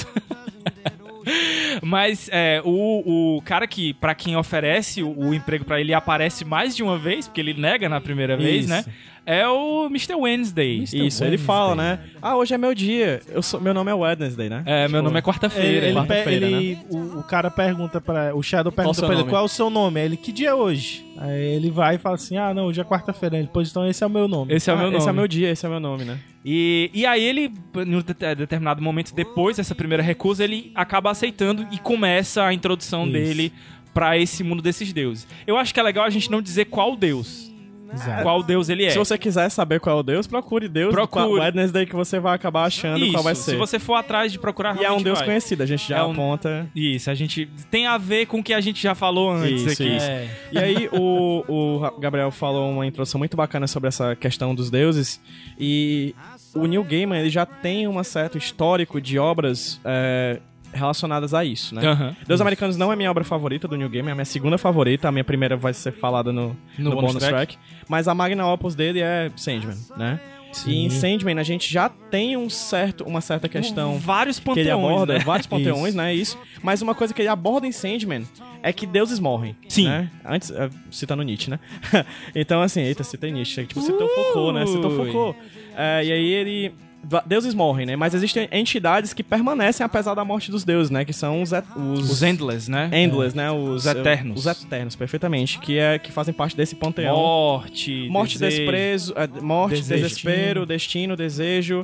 Mas o cara que, pra quem oferece o emprego pra ele, aparece mais de uma vez, porque ele nega na primeira vez, Isso. né? É o Mr. Wednesday. Isso, ele fala, né? Hoje é meu dia. Meu nome é Wednesday, né? Meu nome é quarta-feira. O cara pergunta o Shadow Qual o pergunta seu pra ele, nome? qual é o seu nome? Aí ele, que dia é hoje? Aí ele vai e fala assim, não, hoje é quarta-feira. Ele, pois então esse é o meu nome. Esse é o meu nome. Esse é meu dia, esse é meu nome, né? E aí ele, em um determinado momento depois dessa primeira recusa, ele acaba aceitando e começa a introdução dele pra esse mundo desses deuses. Eu acho que é legal a gente não dizer qual deus. Exato. Qual deus ele é. Se você quiser saber qual é o Deus, procure Deus. Procure. Wednesday que você vai acabar achando Isso, qual vai ser. se você for atrás de procurar, E é um realmente Deus vai. conhecido, a gente já aponta. Isso, a gente tem a ver com o que a gente já falou antes Isso, aqui. isso. E aí o Gabriel falou uma introdução muito bacana sobre essa questão dos deuses. E o Neil Gaiman, ele já tem um certo histórico de obras relacionadas a isso, né? Uhum. Deus Americanos não é minha obra favorita do Neil Gaiman, é a minha segunda favorita. A minha primeira vai ser falada no bonus track. Mas a magna opus dele é Sandman, né? Sim. E em Sandman a gente já tem uma certa questão Vários que panteões, ele aborda, né? vários panteões, né? Isso. Mas uma coisa que ele aborda em Sandman é que deuses morrem. Sim. Né? Antes, citando Nietzsche, né? Então, assim, citei Nietzsche. Tipo, citou Foucault, né? Citou Foucault. E aí ele... Deuses morrem, né? Mas existem entidades que permanecem apesar da morte dos deuses, né? Que são Os Endless, né? Endless, né? Os Eternos. Os Eternos, perfeitamente. Que fazem parte desse panteão. Morte, Desprezo, morte, desespero, destino, desejo,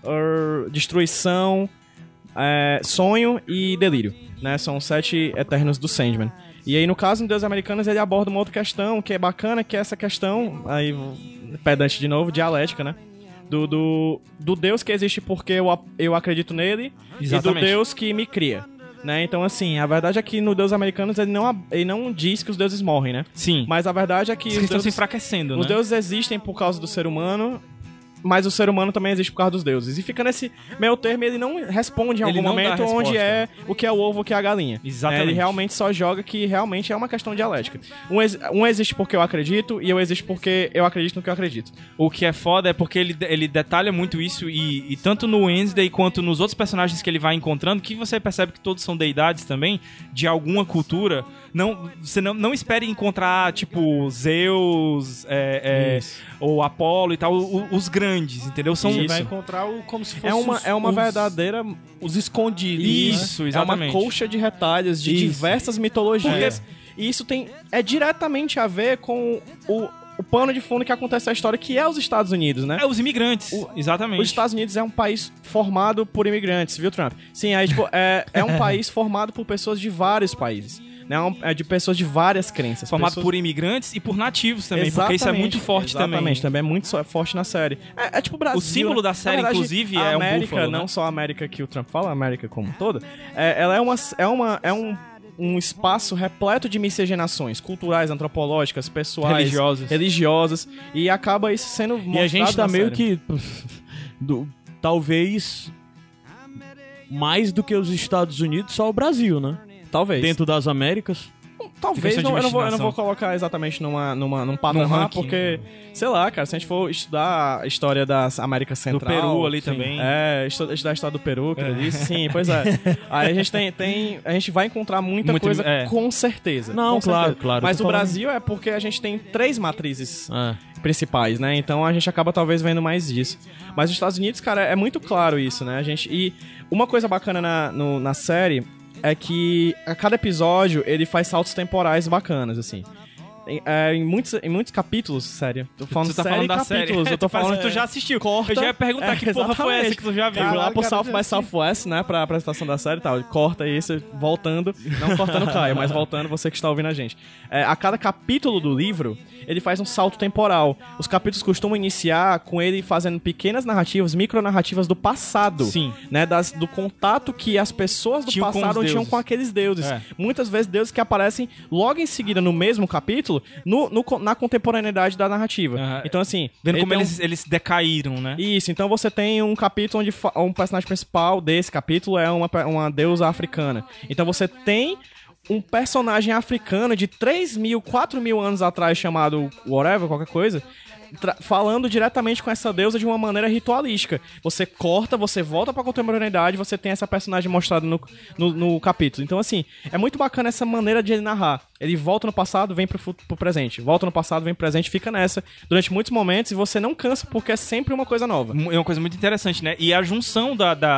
destruição, sonho e delírio, né? São 7 Eternos do Sandman. E aí, no caso, no Deus Americanos, ele aborda uma outra questão que é bacana, que é essa questão, aí, pedante de novo, dialética, né? Do Deus que existe porque eu acredito nele. Exatamente. E do Deus que me cria. Né? Então, assim, a verdade é que no Deus Americanos ele não diz que os deuses morrem, né? Sim. Mas a verdade é que Eles estão se enfraquecendo, os né? deuses existem por causa do ser humano, mas o ser humano também existe por causa dos deuses. E fica nesse meio termo, ele não responde em Ele algum não dá momento resposta. onde é o que é o ovo, o que é a galinha. Exatamente. Ele realmente só joga que realmente é uma questão dialética. Um existe porque eu acredito e eu existo porque eu acredito no que eu acredito. O que é foda é porque ele detalha muito isso e tanto no Wednesday quanto nos outros personagens que ele vai encontrando, que você percebe que todos são deidades também, de alguma cultura. Você não espere encontrar, tipo, Zeus, ou Apolo e tal, os grandes, entendeu? São Você vai encontrar como se fosse uma verdadeira... os escondidos. Isso, né? exatamente. É uma colcha de retalhos de diversas mitologias. E isso tem diretamente a ver com o pano de fundo que acontece a história, que é os Estados Unidos, né? Os imigrantes, exatamente. Os Estados Unidos é um país formado por imigrantes, viu, Trump? Sim, é um país formado por pessoas de vários países. Né? É de pessoas de várias crenças. Formado por imigrantes e por nativos também, Exatamente, porque isso é muito forte também. Exatamente, também é muito forte na série. É tipo o Brasil. O símbolo da série, Na verdade, inclusive, a é um América, búfalo, não né? só a América que o Trump fala, a América como um todo, ela é um espaço repleto de miscigenações culturais, antropológicas, pessoais, religiosas, e acaba isso sendo mostrado. E a gente tá na meio série. que talvez mais do que os Estados Unidos, só o Brasil, né? Talvez. Dentro das Américas. Talvez, questão de eu não vou destinação. colocar exatamente num patamar, ranking, porque, sei lá, cara, se a gente for estudar a história das Américas Do Central... Peru ali sim, também. estudar a história do Peru, que eu disse, sim, pois é. Aí a gente a gente vai encontrar muita coisa, com certeza. Não, com claro, certeza. claro. Mas Eu o tô falando- Brasil é porque a gente tem 3 matrizes principais, né? Então a gente acaba talvez vendo mais disso. Mas os Estados Unidos, cara, é muito claro isso, né? E uma coisa bacana na série é que a cada episódio ele faz saltos temporais bacanas, assim. em muitos capítulos, sério. Tô falando Tu tá série falando da capítulos. série. Eu tô falando que tu já assistiu. Corta. Eu já ia perguntar que porra foi essa que tu já viu. Fui lá pro Caralho, South cara, by Southwest, né, pra apresentação da série e tal. Corta isso, voltando. Não cortando o Caio, mas voltando você que está ouvindo a gente. A cada capítulo do livro, ele faz um salto temporal. Os capítulos costumam iniciar com ele fazendo pequenas narrativas, micronarrativas do passado. Sim. Né, do contato que as pessoas do Tinham com passado os tinham deuses. com aqueles deuses. É. Muitas vezes deuses que aparecem logo em seguida no mesmo capítulo, na contemporaneidade da narrativa. Aham. Então, assim... Vendo ele como tem eles decaíram, né? Isso, então você tem um capítulo onde um personagem principal desse capítulo é uma deusa africana. Então você tem um personagem africano de 3.000, 4.000 anos atrás chamado whatever, qualquer coisa, falando diretamente com essa deusa de uma maneira ritualística. Você corta, você volta pra contemporaneidade, você tem essa personagem mostrada no capítulo. Então, assim, é muito bacana essa maneira de ele narrar. Ele volta no passado, vem pro presente. Volta no passado, vem pro presente, fica nessa durante muitos momentos e você não cansa porque é sempre uma coisa nova. É uma coisa muito interessante, né? E a junção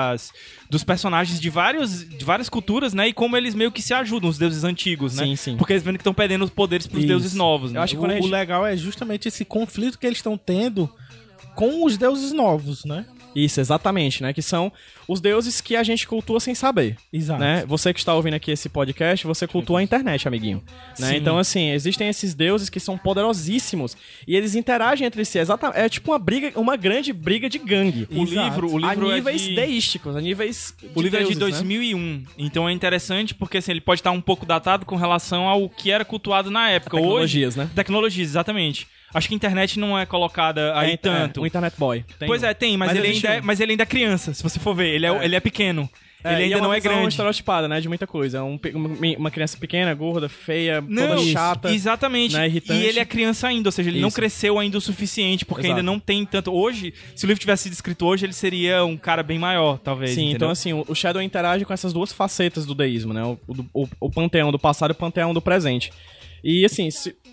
dos personagens de várias culturas, né? E como eles meio que se ajudam, os deuses antigos, né? Sim, sim. Porque eles vendo que estão perdendo os poderes pros Isso. deuses novos, né? Eu acho que O legal é justamente esse conflito que eles estão tendo com os deuses novos, né? Isso, exatamente, né? Que são os deuses que a gente cultua sem saber. Exato. Né? Você que está ouvindo aqui esse podcast, você cultua a internet, amiguinho. Né? Sim. Então, assim, existem esses deuses que são poderosíssimos e eles interagem entre si. É tipo uma grande briga de gangue. O livro a níveis é de... deísticos, a níveis O livro é de deuses, né? 2001, então é interessante porque assim, ele pode estar um pouco datado com relação ao que era cultuado na época. Tecnologias, Hoje, né? Tecnologias, exatamente. Acho que a internet não é colocada aí tanto. O Internet Boy. Pois é, tem, mas ele ainda é criança, se você for ver. Ele é pequeno. Ele ainda não é grande. É uma estereotipada, né? De muita coisa. É uma criança pequena, gorda, feia, toda chata. Exatamente. Né, irritante. E ele é criança ainda, ou seja, ele não Isso. cresceu ainda o suficiente, porque Exato. ainda não tem tanto. Hoje, se o livro tivesse sido escrito hoje, ele seria um cara bem maior, talvez. Sim, entendeu? então assim, o Shadow interage com essas duas facetas do deísmo, né? O panteão do passado e o panteão do presente. E assim,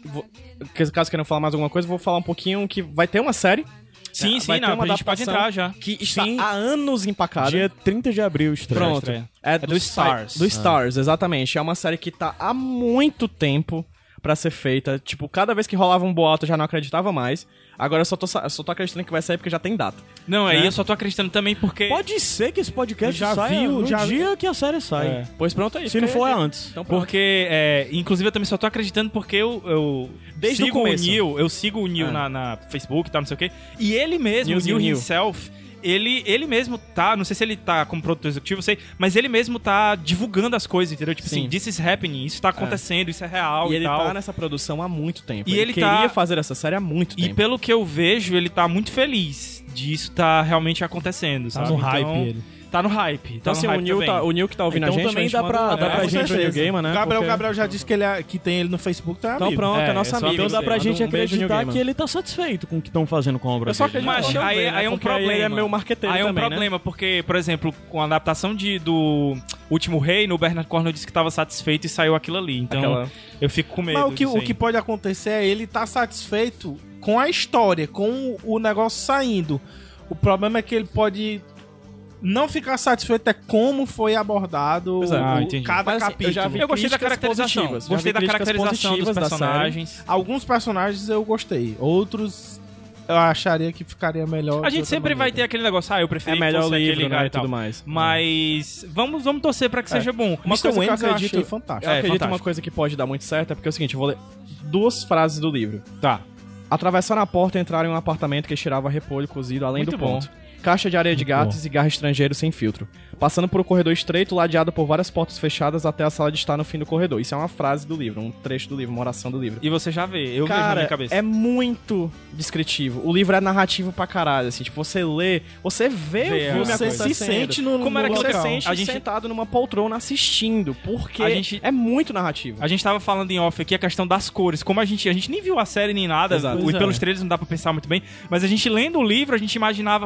caso queiram falar mais alguma coisa, eu vou falar um pouquinho que vai ter uma série. Sim, vai ter uma a gente pode adaptação entrar já. que está Sim. há anos empacada. Dia 30 de abril estreia. Pronto. estreia. É do Stars. Do Stars, exatamente. É uma série que tá há muito tempo pra ser feita. Tipo, cada vez que rolava um boato eu já não acreditava mais. Agora eu só tô acreditando que vai sair porque já tem data. Não, Né? eu só tô acreditando também porque... Pode ser que esse podcast Já saia viu, no já dia que a série sai. É. Pois pronto aí. Se não for, é antes. Então pronto. Porque, inclusive, eu também só tô acreditando porque eu Desde o sigo começo. Eu sigo o Neil É. na Facebook e tal, não sei o quê. E ele mesmo, Newzinho, o Neil Neil. himself, ele mesmo tá, não sei se ele tá como produtor executivo, eu sei, mas ele mesmo tá divulgando as coisas, entendeu? Tipo Sim. assim, this is happening, isso tá acontecendo, isso é real E e ele tal. tá nessa produção há muito tempo. E ele queria tá- fazer essa série há muito E tempo. pelo que eu vejo, ele tá muito feliz disso tá realmente acontecendo, Tá sabe? no hype Então, ele. Tá no hype. Então, assim, o Neil que tá ouvindo Então a gente... também a gente dá manda- pra- dá pra com gente certeza. New Gamer, né? Gabriel, Porque- Gabriel já disse que tem ele no Facebook, então é Então amigo. pronto, é É, nosso só amigo. Então dá pra Manda gente um beijo, New acreditar Gamer. que ele tá satisfeito com o que estão fazendo com a obra Eu só dele. acredito. Mas Também, aí, né? aí é um Porque aí problema. ele é meio marqueteiro Aí é um também, né? problema, porque, por exemplo, com a adaptação do Último Rei, o Bernard Cornwell disse que estava satisfeito e saiu aquilo ali. Então, eu fico com medo. Mas disso o aí. que pode acontecer é ele estar satisfeito com a história, com o negócio saindo. O problema é que ele pode não ficar satisfeito é como foi abordado Pois é. Entendi. cada Mas, assim, capítulo. eu já vi Eu gostei da críticas caracterização. positivas. Já Gostei vi da críticas caracterização dos positivas da série. personagens. Alguns personagens eu gostei, outros eu acharia que ficaria melhor. A gente sempre vai ter aquele negócio, eu preferi É melhor que fosse livro, aquele né, cara e tudo mais. Mas vamos torcer pra que seja bom. Uma coisa coisa que eu que eu acredito- achei fantástico. Eu acredito fantástico. uma coisa que pode dar muito certo é porque é o seguinte, eu vou ler duas frases do livro. Tá. Atravessaram a porta e entraram em um apartamento que cheirava repolho cozido além Muito do ponto. Caixa de areia de gatos e cigarro estrangeiro sem filtro. Passando por um corredor estreito, ladeado por várias portas fechadas até a sala de estar no fim do corredor. Isso é uma frase do livro, um trecho do livro, uma oração do livro. E você já vê, eu vejo na Cara, minha cabeça. é muito descritivo. O livro é narrativo pra caralho, assim. Tipo, você lê, você vê Vê, o filme Você acontecendo. se sente no Como era no que Você local. sente A gente- sentado numa poltrona assistindo, porque A gente- é muito narrativo. A gente tava falando em off aqui a questão das cores. Como a gente nem viu a série nem nada, Exato. e Pois pelos é. trailers não dá pra pensar muito bem, mas a gente lendo o livro, a gente imaginava partes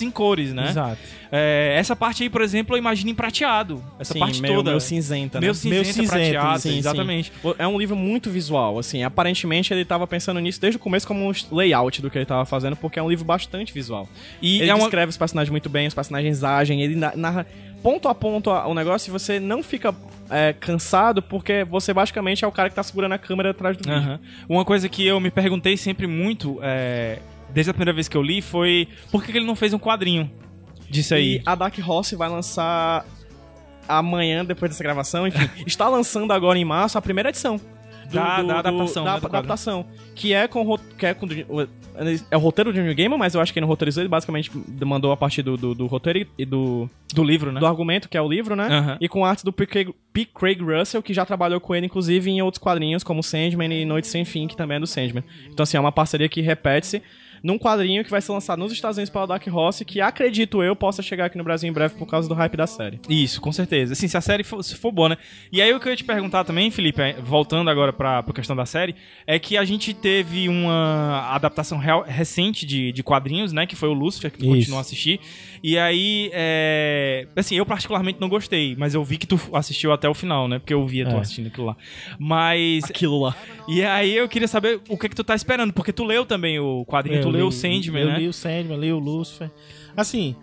em cores, né? Exato. Essa parte aí, por exemplo, eu imagino em prateado. Essa Sim, parte meio, toda. meio cinzenta, né? Meio cinzenta, prateado, sim, exatamente. Sim. É um livro muito visual, assim. Aparentemente ele tava pensando nisso desde o começo como um layout do que ele tava fazendo, porque é um livro bastante visual. E ele descreve os personagens muito bem, os personagens agem, ele narra ponto a ponto o negócio e você não fica cansado, porque você basicamente é o cara que tá segurando a câmera atrás do vídeo. Uma coisa que eu me perguntei sempre muito, desde a primeira vez que eu li, foi por que ele não fez um quadrinho disso aí? E a Dark Horse vai lançar amanhã, depois dessa gravação, enfim, está lançando agora em março a primeira edição. Da adaptação. Que é o roteiro do Neil Gaiman, mas eu acho que ele não roteirizou, ele basicamente mandou a partir do roteiro e do livro, né? Do argumento, que é o livro, né? E com artes do P. Craig Russell, que já trabalhou com ele, inclusive, em outros quadrinhos, como Sandman e Noite Sem Fim, que também é do Sandman. Então, assim, é uma parceria que repete-se num quadrinho que vai ser lançado nos Estados Unidos pela Dark Horse, que acredito eu possa chegar aqui no Brasil em breve por causa do hype da série. Isso, com certeza. Assim, se a série for boa, né? E aí o que eu ia te perguntar também, Felipe, voltando agora pra questão da série, é que a gente teve uma adaptação recente de quadrinhos, né? Que foi o Lucifer, que tu continuou a assistir. E aí, assim, eu particularmente não gostei, mas eu vi que tu assistiu até o final, né? Porque eu via tu assistindo aquilo lá. Mas... Aquilo lá. E aí eu queria saber o que tu tá esperando, porque tu leu também o quadrinho, tu leu o Sandman, né? Eu li o Sandman, li o Lucifer. Assim,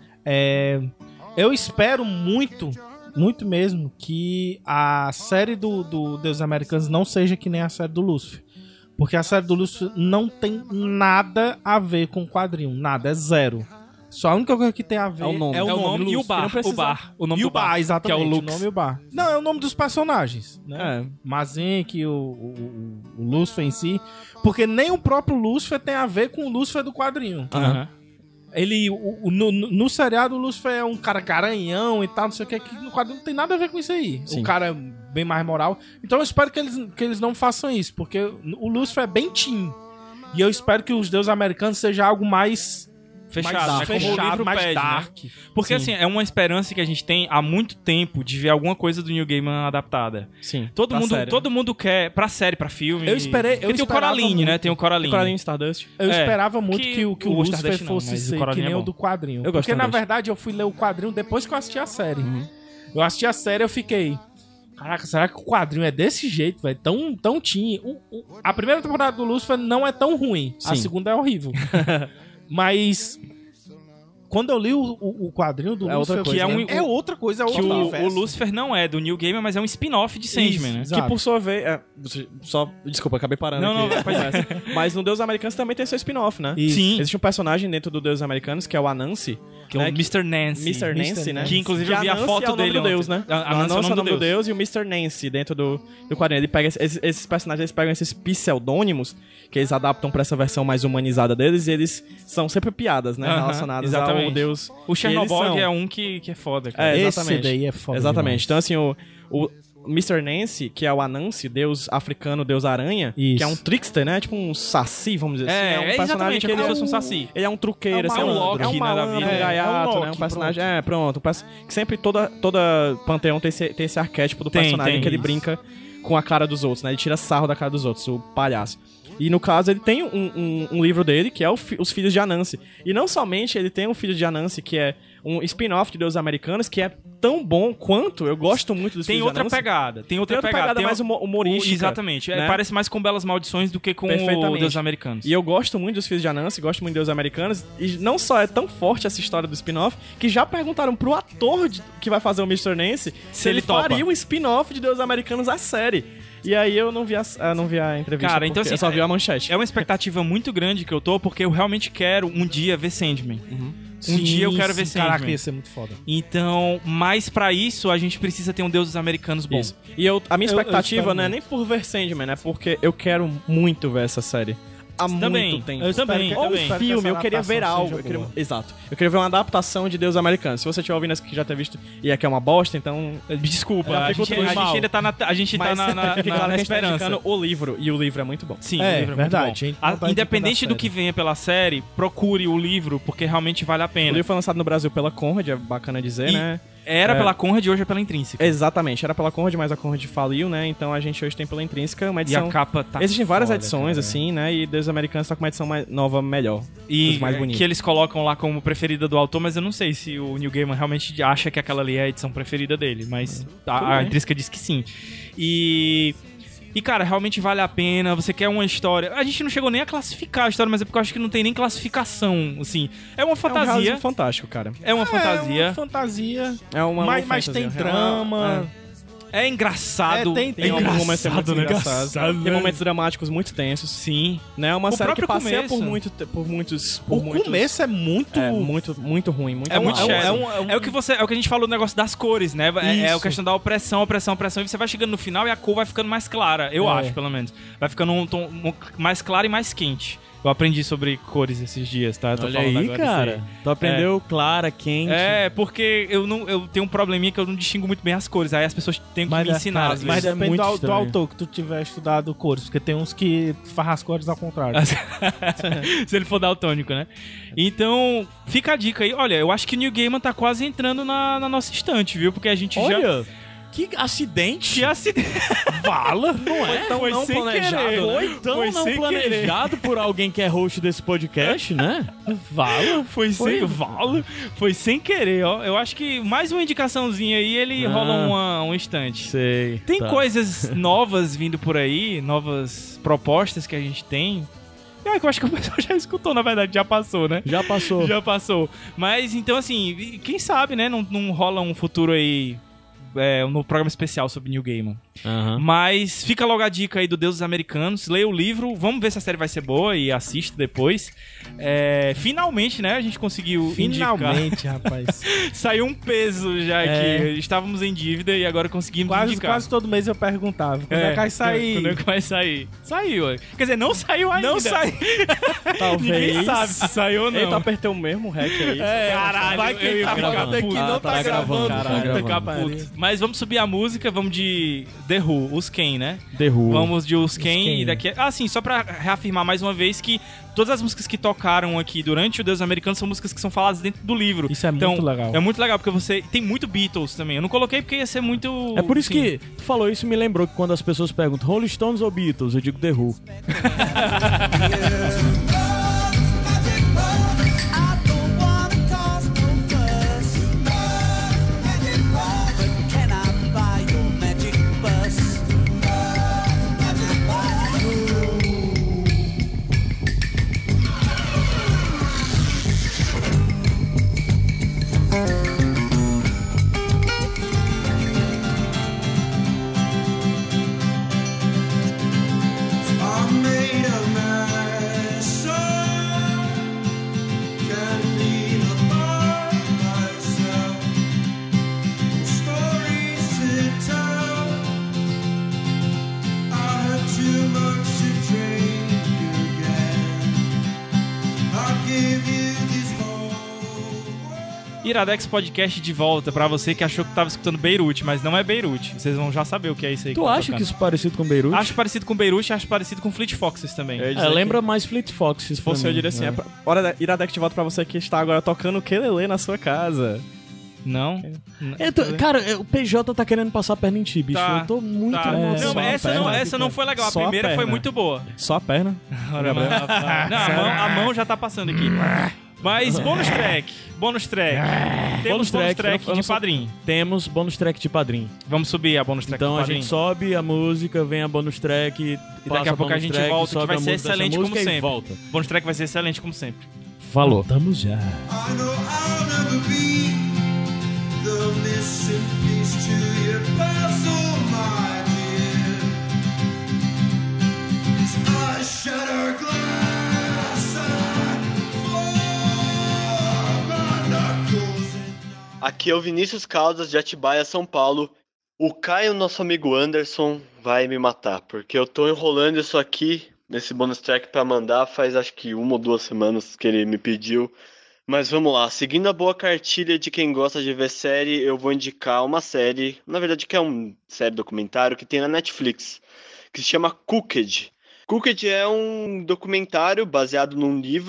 eu espero muito mesmo que a série do Deus Americanos não seja que nem a série do Lucifer. Porque a série do Lucifer não tem nada a ver com o quadrinho. Nada, é zero. Só a única coisa que tem a ver é o nome e o bar. O nome e do o bar, exatamente. Que é o Lux. O nome e o bar. Não, é o nome dos personagens, né? Mazinck, o Lucifer em si. Porque nem o próprio Lucifer tem a ver com o Lucifer do quadrinho. Ele, no seriado, o Lucifer é um cara garanhão e tal, não sei o que no quadrinho não tem nada a ver com isso aí. Sim. O cara é bem mais moral. Então eu espero que eles não façam isso, porque o Lucifer é bem teen. E eu espero que os Deuses Americanos seja algo mais... Fechado, né? Como o livro mais pede, dark. Né? Porque, assim, é uma esperança que a gente tem há muito tempo de ver alguma coisa do Neil Gaiman adaptada. Sim. Todo mundo quer pra série, pra filme. Eu esperei. Porque tem o Coraline, né? Tem o Coraline. Coraline Stardust. Eu esperava muito que o Lucifer fosse não, ser que nem o do quadrinho. Porque, na verdade, eu fui ler o quadrinho depois que eu assisti a série. Eu assisti a série e eu fiquei... Caraca, será que o quadrinho é desse jeito, velho? Tão teen. A primeira temporada do Lucifer não é tão ruim. Sim. A segunda é horrível. Mas quando eu li o quadrinho do Lucifer, é outra coisa, é outro universo. O Lucifer não é do Neil Gaiman, mas é um spin-off de Sandman, né? Que por sua vez... Desculpa, acabei parando aqui. Mas no Deus Americanos também tem seu spin-off, né? Isso. Sim. Existe um personagem dentro do Deus Americanos, que é o Anansi. Que é o Mr. Nancy. Mr. Nancy, né? Que inclusive eu vi a foto dele ontem. Deus, né? Anansi é o nome do Deus e o Mr. Nancy dentro do quadrinho. Ele pega esses personagens, eles pegam esses pseudônimos que eles adaptam pra essa versão mais humanizada deles e eles são sempre piadas, né? Relacionadas ao Deus. O Chernobyl é um que é foda, cara. Exatamente. Esse daí é foda. Exatamente. Demais. Então, assim, o Mr. Nancy, que é o Anansi, deus africano, deus aranha, que é um trickster, né? Tipo um saci, vamos dizer assim. Um personagem que ele fosse um saci. Ele é um truqueiro, assim, um malandro, gaiato, né? Um personagem, pronto. Que sempre toda panteão tem esse arquétipo do personagem que ele brinca com a cara dos outros, né? Ele tira sarro da cara dos outros, o palhaço. E no caso, ele tem um livro dele, que é Os Filhos de Anansi. E não somente ele tem um Filho de Anansi, que é um spin-off de Deuses Americanos, que é tão bom quanto, eu gosto muito dos Filhos de Anansi. Tem outra pegada mais humorística. Exatamente. Né? Parece mais com Belas Maldições do que com o Deuses Americanos. E eu gosto muito dos Filhos de Anansi, gosto muito de Deuses Americanos. E não só é tão forte essa história do spin-off, que já perguntaram pro ator que vai fazer o Mr. Nancy se ele faria um spin-off de Deuses Americanos à série. E aí eu não vi a entrevista, cara, então assim, eu só vi a manchete. É uma expectativa muito grande que eu tô, porque eu realmente quero um dia ver Sandman. Um dia eu quero ver Sandman. Caraca, ia ser muito foda. Então, mas pra isso, a gente precisa ter um Deuses Americanos bom. Isso. E a minha expectativa não é nem por ver Sandman, é porque eu quero muito ver essa série. Há muito tempo. Eu também. Ou um filme, eu queria ver algo. Exato. Eu queria ver uma adaptação de Deus Americanos. Se você estiver ouvindo essa que já ter visto e aqui é uma bosta, então... Desculpa, a gente ainda tá na esperança. O livro, e o livro é muito bom. Sim, o livro é verdade. Muito bom. Independente do que venha pela série, procure o livro, porque realmente vale a pena. O livro foi lançado no Brasil pela Conrad, é bacana dizer, né? Era pela Conrad e hoje é pela Intrínseca. Exatamente, era pela Conrad, mas a Conrad faliu, né? Então a gente hoje tem pela Intrínseca uma edição... E a capa tá Existem várias foda, edições, cara. assim, né? E Deuses Americanos tá com uma edição nova melhor. E mais bonita. que eles colocam lá como preferida do autor, mas eu não sei se o Neil Gaiman realmente acha que aquela ali é a edição preferida dele, mas a Intrínseca diz que sim. E, cara, realmente vale a pena. Você quer uma história... A gente não chegou nem a classificar a história, mas é porque eu acho que não tem nem classificação, assim. É uma fantasia. É um realismo fantástico, cara. É uma fantasia. É uma fantasia. Uma Mas tem drama. É engraçado. Tem alguns momentos muito né? engraçados. Tem momentos dramáticos muito tensos. Sim. Né? É uma O série que próprio passeia começo. por muitos... Começo é muito... muito ruim. Muito É muito mal. shadow. É o que a gente falou do negócio das cores, né? É a questão da opressão, e você vai chegando no final e a cor vai ficando mais clara. Eu acho, pelo menos. Vai ficando um tom mais claro e mais quente. Eu aprendi sobre cores esses dias, tá? Eu tô Olha falando aí, agora cara. disso aí. Tu aprendeu clara, quente. Porque eu tenho um probleminha que eu não distingo muito bem as cores. Aí as pessoas têm que me ensinar. Cara, às mas vezes. é depende muito do estranho. autor que tu tiver estudado cores, porque tem uns que faz as cores ao contrário. Se ele for daltônico, né? Então, fica a dica aí. Olha, eu acho que o Neil Gaiman tá quase entrando na nossa estante, viu? Porque a gente já... Olha, que acidente. Que acidente. Vala, não é? Foi não sem planejado. querer, Foi né? tão Foi não sem planejado por alguém que é host desse podcast, né? Vala. Foi sem querer, ó. Eu acho que mais uma indicaçãozinha aí, ele rola um instante. Sei. Tem tá. coisas novas vindo por aí, novas propostas que a gente tem. Que eu acho que o pessoal já escutou, na verdade, já passou, né? Já passou. Já passou. Mas, então, assim, quem sabe, né? Não rola um futuro aí... no programa especial sobre Neil Gaiman. Mas fica logo a dica aí do Deuses Americanos. Leia o livro, vamos ver se a série vai ser boa e assista depois. Finalmente, né, a gente conseguiu Finalmente, rapaz. Saiu um peso já aqui. Estávamos em dívida e agora conseguimos indicar. Quase todo mês eu perguntava, quando é que vai sair? Quando é que vai sair? Saiu, ó. Quer dizer, não saiu ainda. Não saiu. Talvez. Ninguém sabe se saiu ou não. Eita, apertei o mesmo REC aí. Caralho, vai que eu ia tá ficar falando aqui, puto. não tá gravando. Caralho, Ficar puto. Mas vamos subir a música, vamos de The Who, os Ken, né? The Who. Vamos de os Ken Ken. e daqui... sim, só pra reafirmar mais uma vez que todas as músicas que tocaram aqui durante o Deus Americano são músicas que são faladas dentro do livro. Isso é então, muito legal. É muito legal, porque tem muito Beatles também. Eu não coloquei porque ia ser muito... É por isso enfim. que tu falou isso, me lembrou que quando as pessoas perguntam Rolling Stones ou Beatles, eu digo The Who. Iradex Podcast de volta pra você que achou que tava escutando Beirute, mas não é Beirute. Vocês vão já saber o que é isso aí. Tu acha que isso é parecido com Beirute? Acho parecido com Beirute, acho parecido com Fleet Foxes também. Lembra mais Fleet Foxes. Se fosse eu diria assim, hora da Iradex de volta pra você que está agora tocando ukulele na sua casa. Não? Cara, o PJ tá querendo passar a perna em ti, bicho. Tá, Eu tô muito tá. emocionado. Não, mas essa não foi legal. A Só a primeira foi perna. muito boa. Só a perna. Ora, não, a mão já tá passando aqui. Mas bônus track. Temos bônus track de padrinho. Temos bônus track de padrinho. Vamos subir a bônus track Então de a padrinho. gente sobe a música, vem a bônus track. E daqui a pouco a gente volta, que vai ser excelente como sempre. Volta. Bônus track vai ser excelente como sempre. Falou. Voltamos já. I know I'll never be the missing piece to your puzzle, my dear. 'Cause I shatter glass and fall my knuckles in. Aqui é o Vinícius Caldas, de Atibaia, São Paulo. O Caio, nosso amigo Anderson, vai me matar, porque eu tô enrolando isso aqui nesse bonus track pra mandar faz acho que 1 ou 2 semanas que ele me pediu. Mas vamos lá, seguindo a boa cartilha de quem gosta de ver série, eu vou indicar uma série, na verdade que é uma série documentário que tem na Netflix, que se chama Cooked. Cooked é um documentário baseado num livro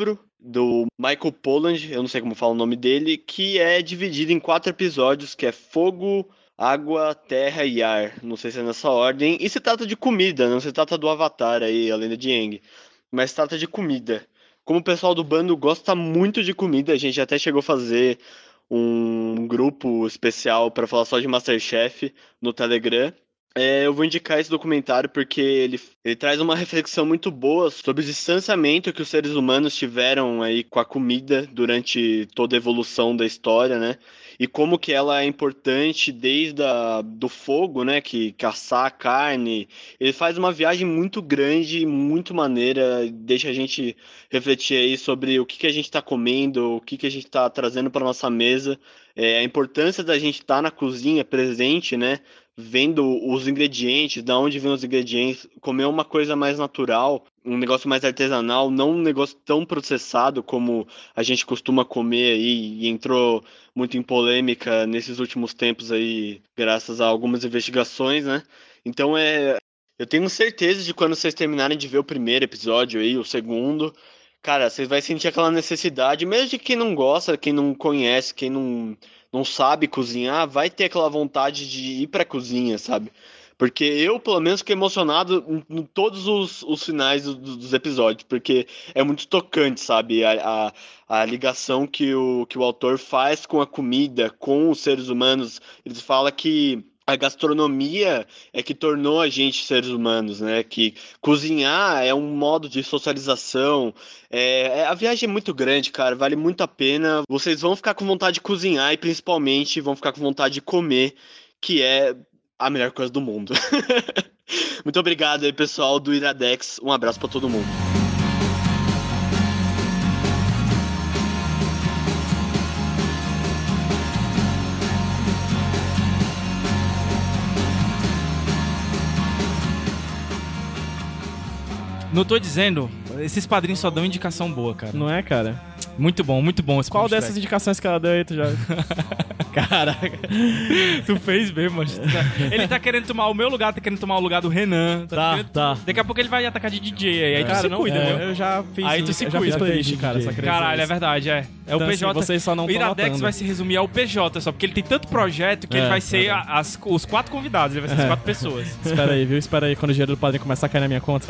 do Michael Pollan, eu não sei como fala o nome dele, que é dividido em 4 episódios, que é Fogo, Água, Terra e Ar. Não sei se é nessa ordem. E se trata de comida, não se trata do Avatar aí, a Lenda de Aang. Mas se trata de comida. Como o pessoal do bando gosta muito de comida, a gente até chegou a fazer um grupo especial para falar só de MasterChef no Telegram. Eu vou indicar esse documentário porque ele traz uma reflexão muito boa sobre o distanciamento que os seres humanos tiveram aí com a comida durante toda a evolução da história, né? E como que ela é importante desde do fogo, né? Que caçar a carne. Ele faz uma viagem muito grande, muito maneira, deixa a gente refletir aí sobre o que a gente está comendo, o que a gente está trazendo para nossa mesa, a importância da gente estar na cozinha presente, né? Vendo os ingredientes, da onde vêm os ingredientes, comer uma coisa mais natural, um negócio mais artesanal, não um negócio tão processado como a gente costuma comer aí, e entrou muito em polêmica nesses últimos tempos aí, graças a algumas investigações, né? Então eu tenho certeza de quando vocês terminarem de ver o primeiro episódio aí, o segundo, cara, vocês vão sentir aquela necessidade, mesmo de quem não gosta, quem não conhece, quem não sabe cozinhar, vai ter aquela vontade de ir pra cozinha, sabe? Porque eu, pelo menos, fiquei emocionado em todos os finais dos episódios, porque é muito tocante, sabe? A ligação que o autor faz com a comida, com os seres humanos. Ele fala que a gastronomia é que tornou a gente seres humanos, né? Que cozinhar é um modo de socialização. A viagem é muito grande, cara. Vale muito a pena. Vocês vão ficar com vontade de cozinhar e, principalmente, vão ficar com vontade de comer, que é a melhor coisa do mundo. Muito obrigado aí, pessoal do Iradex. Um abraço pra todo mundo. Não tô dizendo, esses padrinhos só dão indicação boa, cara. Não é, cara? Muito bom esse Qual bonus dessas track. indicações que ela deu aí, tu já... Caraca. Tu fez mesmo, mas... Ele tá querendo tomar o meu lugar, tá querendo tomar o lugar do Renan. Tá. Daqui a pouco ele vai atacar de DJ aí tu Cara, se não, cuida, meu. eu já fiz Aí tu se eu já cuida. fiz playlist, cara. Só queria Caralho, dizer é isso. verdade, é. É o Então, PJ. assim, vocês só não o tão Iradex notando. vai se resumir ao PJ, só porque ele tem tanto projeto que ele vai ser os 4 convidados, ele vai ser as 4 pessoas. Espera aí, viu? Espera aí quando o dinheiro do padrinho começar a cair na minha conta.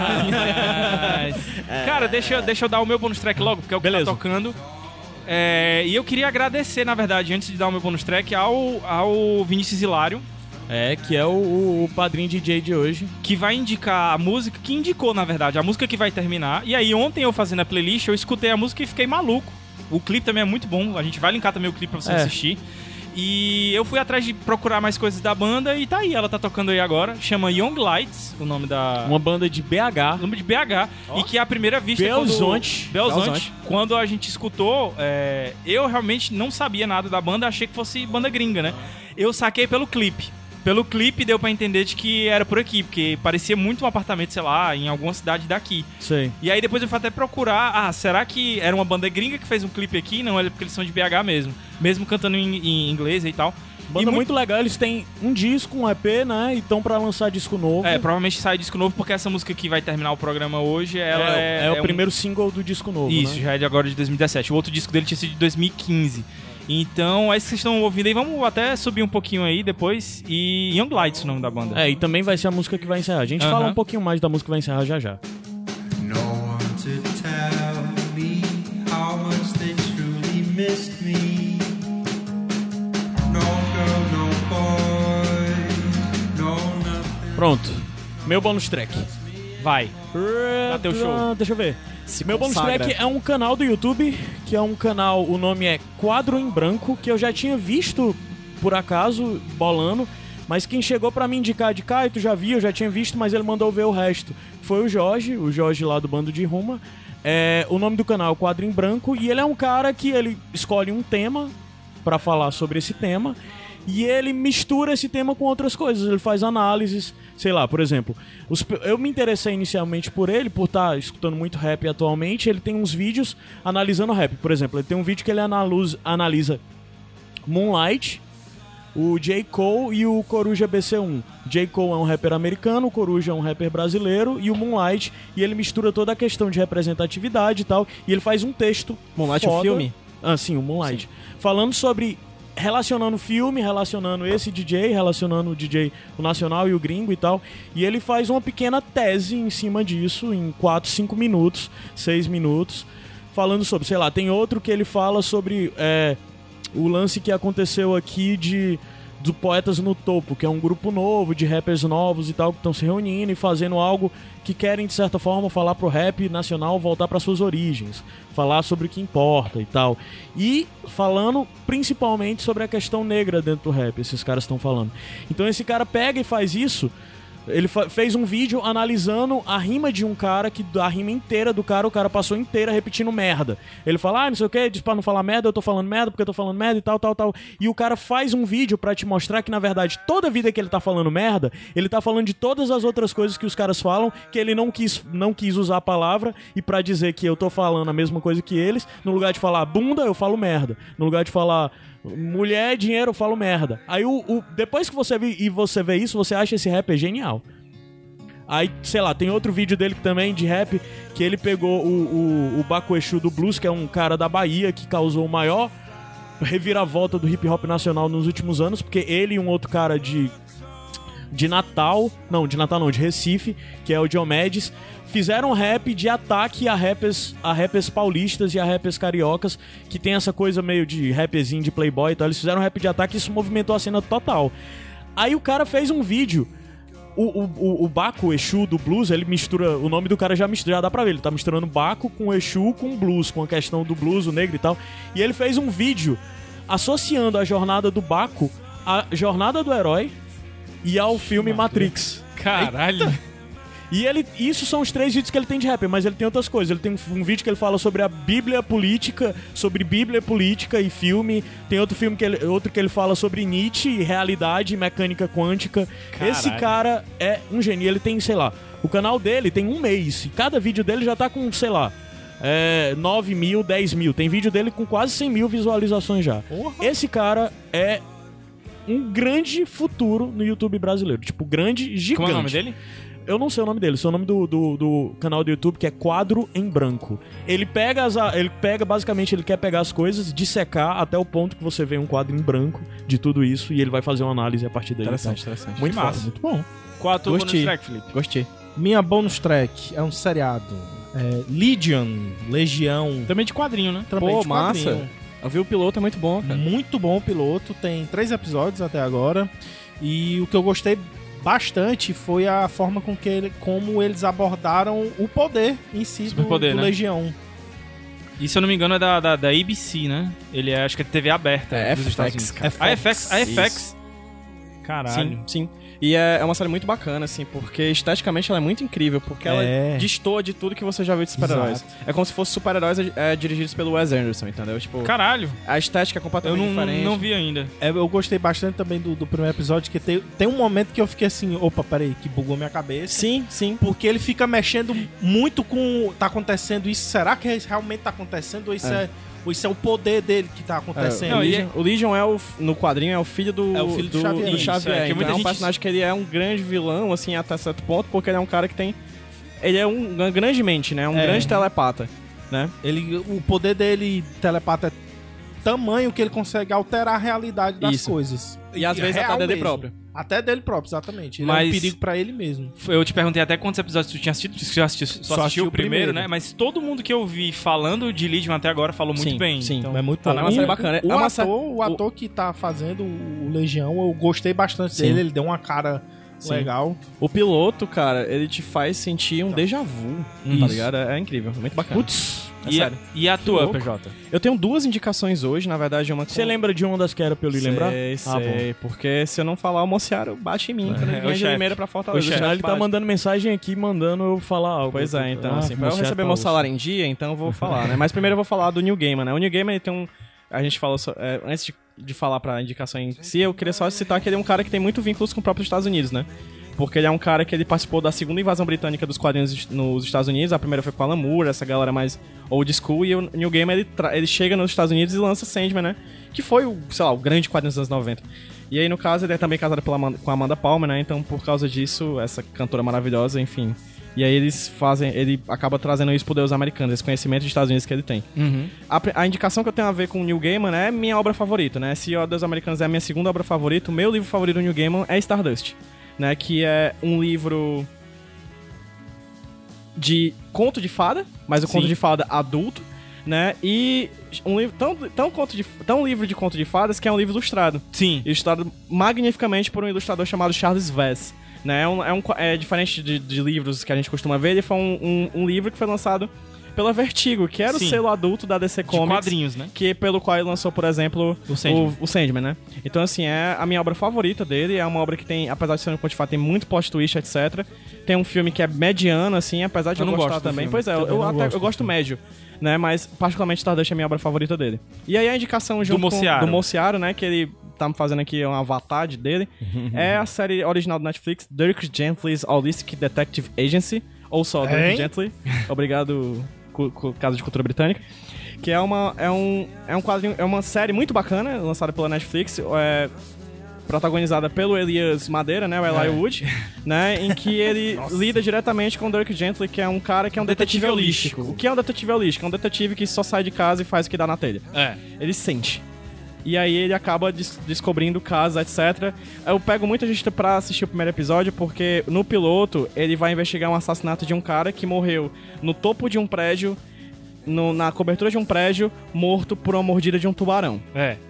Cara, deixa eu dar o meu bonus track logo, porque é o que tá tocando. E eu queria agradecer, na verdade, antes de dar o meu bonus track, ao Vinícius Hilário. Que é o padrinho DJ de hoje. Que vai indicar a música, que indicou, na verdade, a música que vai terminar. E aí, ontem eu fazendo a playlist, eu escutei a música e fiquei maluco. O clipe também é muito bom, a gente vai linkar também o clipe pra você assistir. E eu fui atrás de procurar mais coisas da banda e tá aí, ela tá tocando aí agora. Chama Young Lights, o nome da... Uma banda de BH. O nome de BH. E que é a primeira vista... Belzonte. Quando a gente escutou, eu realmente não sabia nada da banda, achei que fosse banda gringa, né? Eu saquei pelo clipe. Pelo clipe deu pra entender de que era por aqui, porque parecia muito um apartamento, sei lá, em alguma cidade daqui. Sei. E aí depois eu fui até procurar, será que era uma banda gringa que fez um clipe aqui? Não, é porque eles são de BH mesmo cantando em inglês e tal. Banda muito legal, eles têm um disco, um EP, né, e estão pra lançar disco novo. Provavelmente sai disco novo, porque essa música que vai terminar o programa hoje, ela é o primeiro single do disco novo, Isso, né? já é de agora de 2017. O outro disco dele tinha sido de 2015. Então, é isso que vocês estão ouvindo aí. Vamos até subir um pouquinho aí depois. E Young Lights, o nome da banda. E também vai ser a música que vai encerrar. A gente fala um pouquinho mais da música que vai encerrar já já. No one to tell me how much they truly missed me. No girl, no boy, no nothing. Pronto. Meu bonus track. Vai. Dá teu show. Deixa eu ver. Meu bonus track é um canal do YouTube, que é um canal, o nome é Quadro em Branco, que eu já tinha visto, por acaso, bolando, mas quem chegou pra me indicar de cá, e tu já viu, eu já tinha visto, mas ele mandou ver o resto. Foi o Jorge lá do Bando de Ruma. O nome do canal é Quadro em Branco, e ele é um cara que ele escolhe um tema pra falar sobre esse tema, e ele mistura esse tema com outras coisas, ele faz análises, sei lá, por exemplo, eu me interessei inicialmente por ele, por estar escutando muito rap atualmente. Ele tem uns vídeos analisando rap, por exemplo, ele tem um vídeo que ele analisa Moonlight, o J. Cole e o Coruja BC1. J. Cole é um rapper americano, o Coruja é um rapper brasileiro e o Moonlight, e ele mistura toda a questão de representatividade e tal, e ele faz um texto Moonlight é foda. o filme? Ah, sim, o Moonlight. Falando sobre... relacionando o filme, relacionando esse DJ, relacionando o DJ, o nacional e o gringo e tal. E ele faz uma pequena tese em cima disso, em 4, 5 minutos, 6 minutos, falando sobre, sei lá, tem outro que ele fala sobre o lance que aconteceu aqui do Poetas no Topo, que é um grupo novo, de rappers novos e tal, que estão se reunindo e fazendo algo que querem, de certa forma, falar pro rap nacional voltar para suas origens, falar sobre o que importa e tal. E falando principalmente sobre a questão negra dentro do rap, esses caras estão falando. Então esse cara pega e faz isso. Ele fez um vídeo analisando a rima de um cara, que a rima inteira do cara, o cara passou inteira repetindo merda. Ele fala, não sei o que, diz pra não falar merda, eu tô falando merda porque eu tô falando merda e tal, tal, tal. E o cara faz um vídeo pra te mostrar que, na verdade, toda a vida que ele tá falando merda, ele tá falando de todas as outras coisas que os caras falam, que ele não quis usar a palavra, e pra dizer que eu tô falando a mesma coisa que eles, no lugar de falar bunda, eu falo merda. No lugar de falar... mulher, dinheiro, eu falo merda. Aí depois que você vê isso, você acha esse rap genial. Aí, sei lá, tem outro vídeo dele também de rap, que ele pegou o Baco Exu do Blues, que é um cara da Bahia que causou o maior reviravolta do hip hop nacional nos últimos anos, porque ele e um outro cara de Recife, que é o Diomedes, fizeram rap de ataque a rappers paulistas e a rappers cariocas, que tem essa coisa meio de rapzinho de playboy e tal. Eles fizeram rap de ataque e isso movimentou a cena total. Aí o cara fez um vídeo, o Baco Exu do blues, ele mistura, o nome do cara já dá pra ver, ele tá misturando Baco com Exu com blues, com a questão do blues, o negro e tal. E ele fez um vídeo associando a jornada do Baco à jornada do herói e ao filme Matrix. Caralho. Eita. E isso são os 3 vídeos que ele tem de rap, mas ele tem outras coisas. Ele tem um vídeo que ele fala sobre a Bíblia política, sobre Bíblia política e filme. Tem outro que ele fala sobre Nietzsche, realidade e mecânica quântica. Caralho. Esse cara é um gênio. Ele tem, sei lá, o canal dele tem 1 mês. E cada vídeo dele já tá com, sei lá, 9 mil, 10 mil. Tem vídeo dele com quase 100 mil visualizações já. Porra. Esse cara é um grande futuro no YouTube brasileiro. Tipo, grande, gigante. Como é o nome dele? Eu não sei o nome dele, sei o nome do canal do YouTube, que é Quadro em Branco. Ele basicamente, ele quer pegar as coisas, dissecar até o ponto que você vê um quadro em branco de tudo isso, e ele vai fazer uma análise a partir daí. Interessante. Muito massa. massa, muito bom. Qual a tua bonus Gostei. track, Felipe? Gostei. Minha bonus track é um seriado. Legião. Também de quadrinho, né? Também Pô, de massa. quadrinho. Eu vi o piloto, é muito bom, cara. Muito bom o piloto. Tem 3 episódios até agora. E o que eu gostei bastante foi a forma como eles abordaram o poder em si do né? Legião. E se eu não me engano é da ABC, né? Ele é, acho que é TV aberta dos Estados Unidos. cara. A FX. Caralho. Sim. E é uma série muito bacana, assim, porque esteticamente ela é muito incrível, porque ela destoa de tudo que você já viu de super-heróis. É como se fosse super-heróis dirigidos pelo Wes Anderson, entendeu? Tipo, Caralho. a estética é Eu completamente diferente. não vi ainda. Eu gostei bastante também do primeiro episódio, que tem um momento que eu fiquei assim, opa, peraí, que bugou minha cabeça. Sim. Porque ele fica mexendo muito com... Tá acontecendo isso? Será que realmente tá acontecendo? Ou isso é o poder dele que tá acontecendo? O Legion no quadrinho é o filho do Xavier. Isso, que Então muita é um gente... personagem que ele é um grande vilão, assim, até certo ponto, porque ele é um cara que tem... Ele é uma grande mente, né? Um grande telepata, né? O poder dele, telepata, é tamanho que ele consegue alterar a realidade das coisas. E às vezes até dele próprio. Até dele próprio, exatamente. Ele é Mas- um perigo pra ele mesmo. Eu te perguntei até quantos episódios tu tinha assistido, tu já só assistiu o primeiro, né? Mas todo mundo que eu vi falando de Legion até agora falou muito bem. Sim. Então, É muito Tá, bom. é uma série bacana. O ator que tá fazendo o Legião, eu gostei bastante dele. Ele deu uma cara legal. O piloto, cara, ele te faz sentir um déjà vu, tá Isso. ligado? É incrível, muito bacana. Putz, sério. E a tua, louco. PJ? Eu tenho 2 indicações hoje, na verdade, uma... você lembra de uma das que era pra eu lhe lembrar? Sei, porque se eu não falar, o Mociaro bate em mim quando ele o vem de chefe. Limeira pra Fortaleza. O chefe. Ele tá mandando mensagem aqui, mandando eu falar algo. Pois é, então, assim, pra eu Mociaro receber meu Paulus. salário em dia, então eu vou falar, né? Mas primeiro eu vou falar do New Gaiman, né? O New Gaiman, ele tem um... A gente falou... antes de falar pra indicação em si, eu queria só citar que ele é um cara que tem muito vínculos com o próprio Estados Unidos, né? Porque ele é um cara que ele participou da segunda invasão britânica dos quadrinhos nos Estados Unidos. A primeira foi com Alan Moore, essa galera mais old school. E o New Gaiman, ele chega nos Estados Unidos e lança Sandman, né? Que foi, o grande quadrinho dos anos 90. E aí, no caso, ele é também casado com a Amanda Palmer, né? Então, por causa disso, essa cantora maravilhosa, enfim. E aí ele acaba trazendo isso pro Deus Americanos, esse conhecimento dos Estados Unidos que ele tem. A indicação que eu tenho a ver com o Neil Gaiman é minha obra favorita, né? Se o Deus Americanos é a minha segunda obra favorita, o meu livro favorito do Neil Gaiman é Stardust, né? Que é um livro de conto de fada, mas o conto de fada adulto, né? E um livro tão livro de conto de fadas que é um livro ilustrado. Sim. Ilustrado magnificamente por um ilustrador chamado Charles Vess. Né? É diferente de livros que a gente costuma ver, ele foi um livro que foi lançado pela Vertigo, que era o selo adulto da DC Comics. De quadrinhos, né? Pelo qual ele lançou, por exemplo, o Sandman, né? Então, assim, é a minha obra favorita dele. É uma obra que tem, apesar de ser um conto de fato, tem muito plot twist, etc. Tem um filme que é mediano, assim, apesar de eu gostar também. Pois é, eu gosto médio, né? Mas, particularmente, Stardust é a minha obra favorita dele. E aí a indicação junto do Mociaro, né? Que ele tá fazendo aqui um avatar dele. É a série original do Netflix, Dirk Gently's Holistic Detective Agency. Ou só Dirk Gently. Obrigado, Casa de Cultura Britânica. Que é um quadrinho, é uma série muito bacana, lançada pela Netflix, protagonizada pelo Elias Madeira, né, o Eli Wood, né, em que ele lida diretamente com o Dirk Gently, que é um cara que é um detetive holístico. O que é um detetive holístico? É um detetive que só sai de casa e faz o que dá na telha. Ele sente. E aí ele acaba descobrindo casos, etc. Eu pego muita gente pra assistir o primeiro episódio, porque no piloto ele vai investigar um assassinato de um cara que morreu no topo de um prédio, na cobertura de um prédio, morto por uma mordida de um tubarão.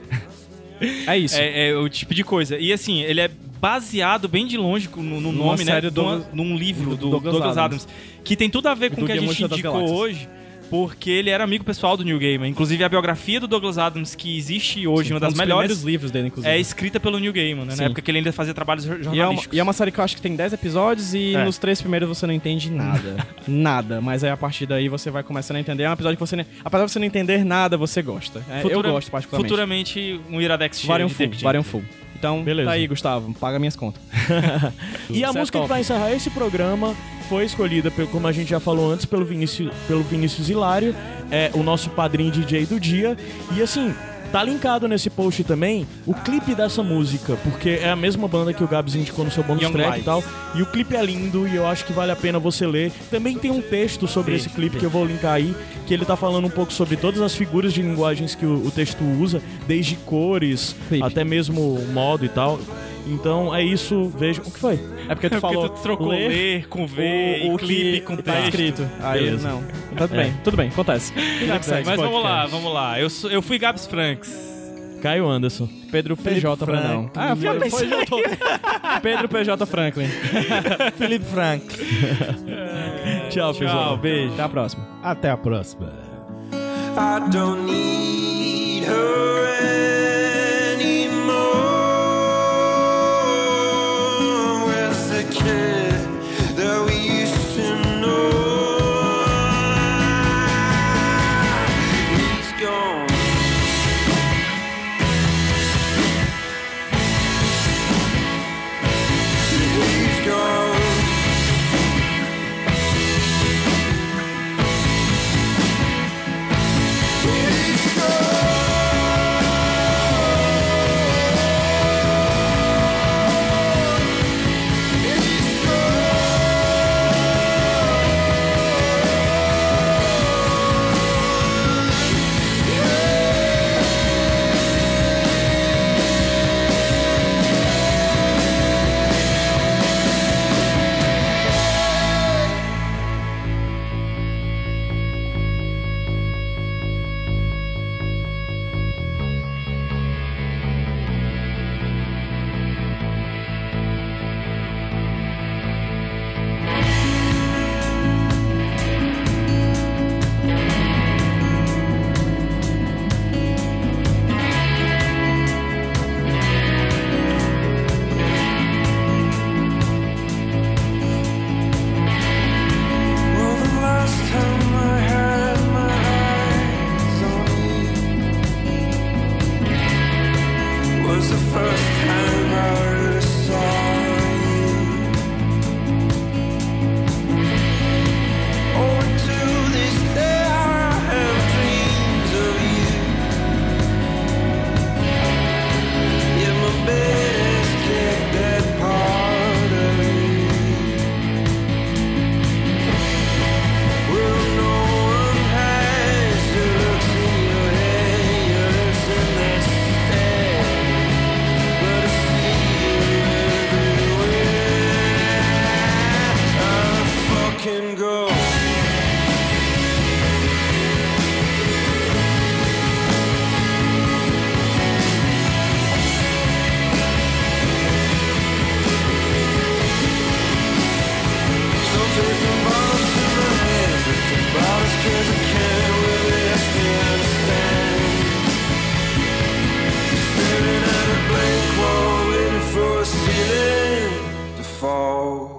É isso. É o tipo de coisa. E assim, ele é baseado bem de longe no nome, né? Num livro do Douglas Adams. Que tem tudo a ver com o que a gente indicou hoje. Porque ele era amigo pessoal do Neil Gaiman. Inclusive, a biografia do Douglas Adams, que existe hoje, uma das melhores livros dele, inclusive, é escrita pelo Neil Gaiman, né? Na época que ele ainda fazia trabalhos jornalísticos. E é uma série que eu acho que tem 10 episódios e nos 3 primeiros você não entende nada. Nada. Mas aí, a partir daí, você vai começando a entender. É um episódio que você, apesar de você não entender nada, você gosta. Eu gosto, particularmente. Futuramente, um Iradex cheio de Varium Full. Então, tá aí, Gustavo. Paga minhas contas. E a música que vai encerrar esse programa foi escolhida, como a gente já falou antes, pelo Vinícius Hilário, o nosso padrinho DJ do dia. E assim, tá linkado nesse post também o clipe dessa música, porque é a mesma banda que o Gabs indicou no seu bônus track e tal. E o clipe é lindo e eu acho que vale a pena você ler. Também tem um texto sobre esse clipe que eu vou linkar aí, que ele tá falando um pouco sobre todas as figuras de linguagens que o texto usa, desde cores, até mesmo o modo e tal. Então é isso, veja. O que foi? É porque tu falou. Tu trocou ler com V e clipe com tá texto. escrito. Aí não. Tudo bem, acontece. Mas vamos lá. Eu fui Gabs Franks. Caio Anderson. Pedro PJ Brandão. Pedro PJ Franklin. Felipe Frank. Tchau, pessoal. Beijo. Até a próxima. Até a próxima. I don't need her anymore. Where's the kid that we used to know? He's gone. He's gone. He's fall.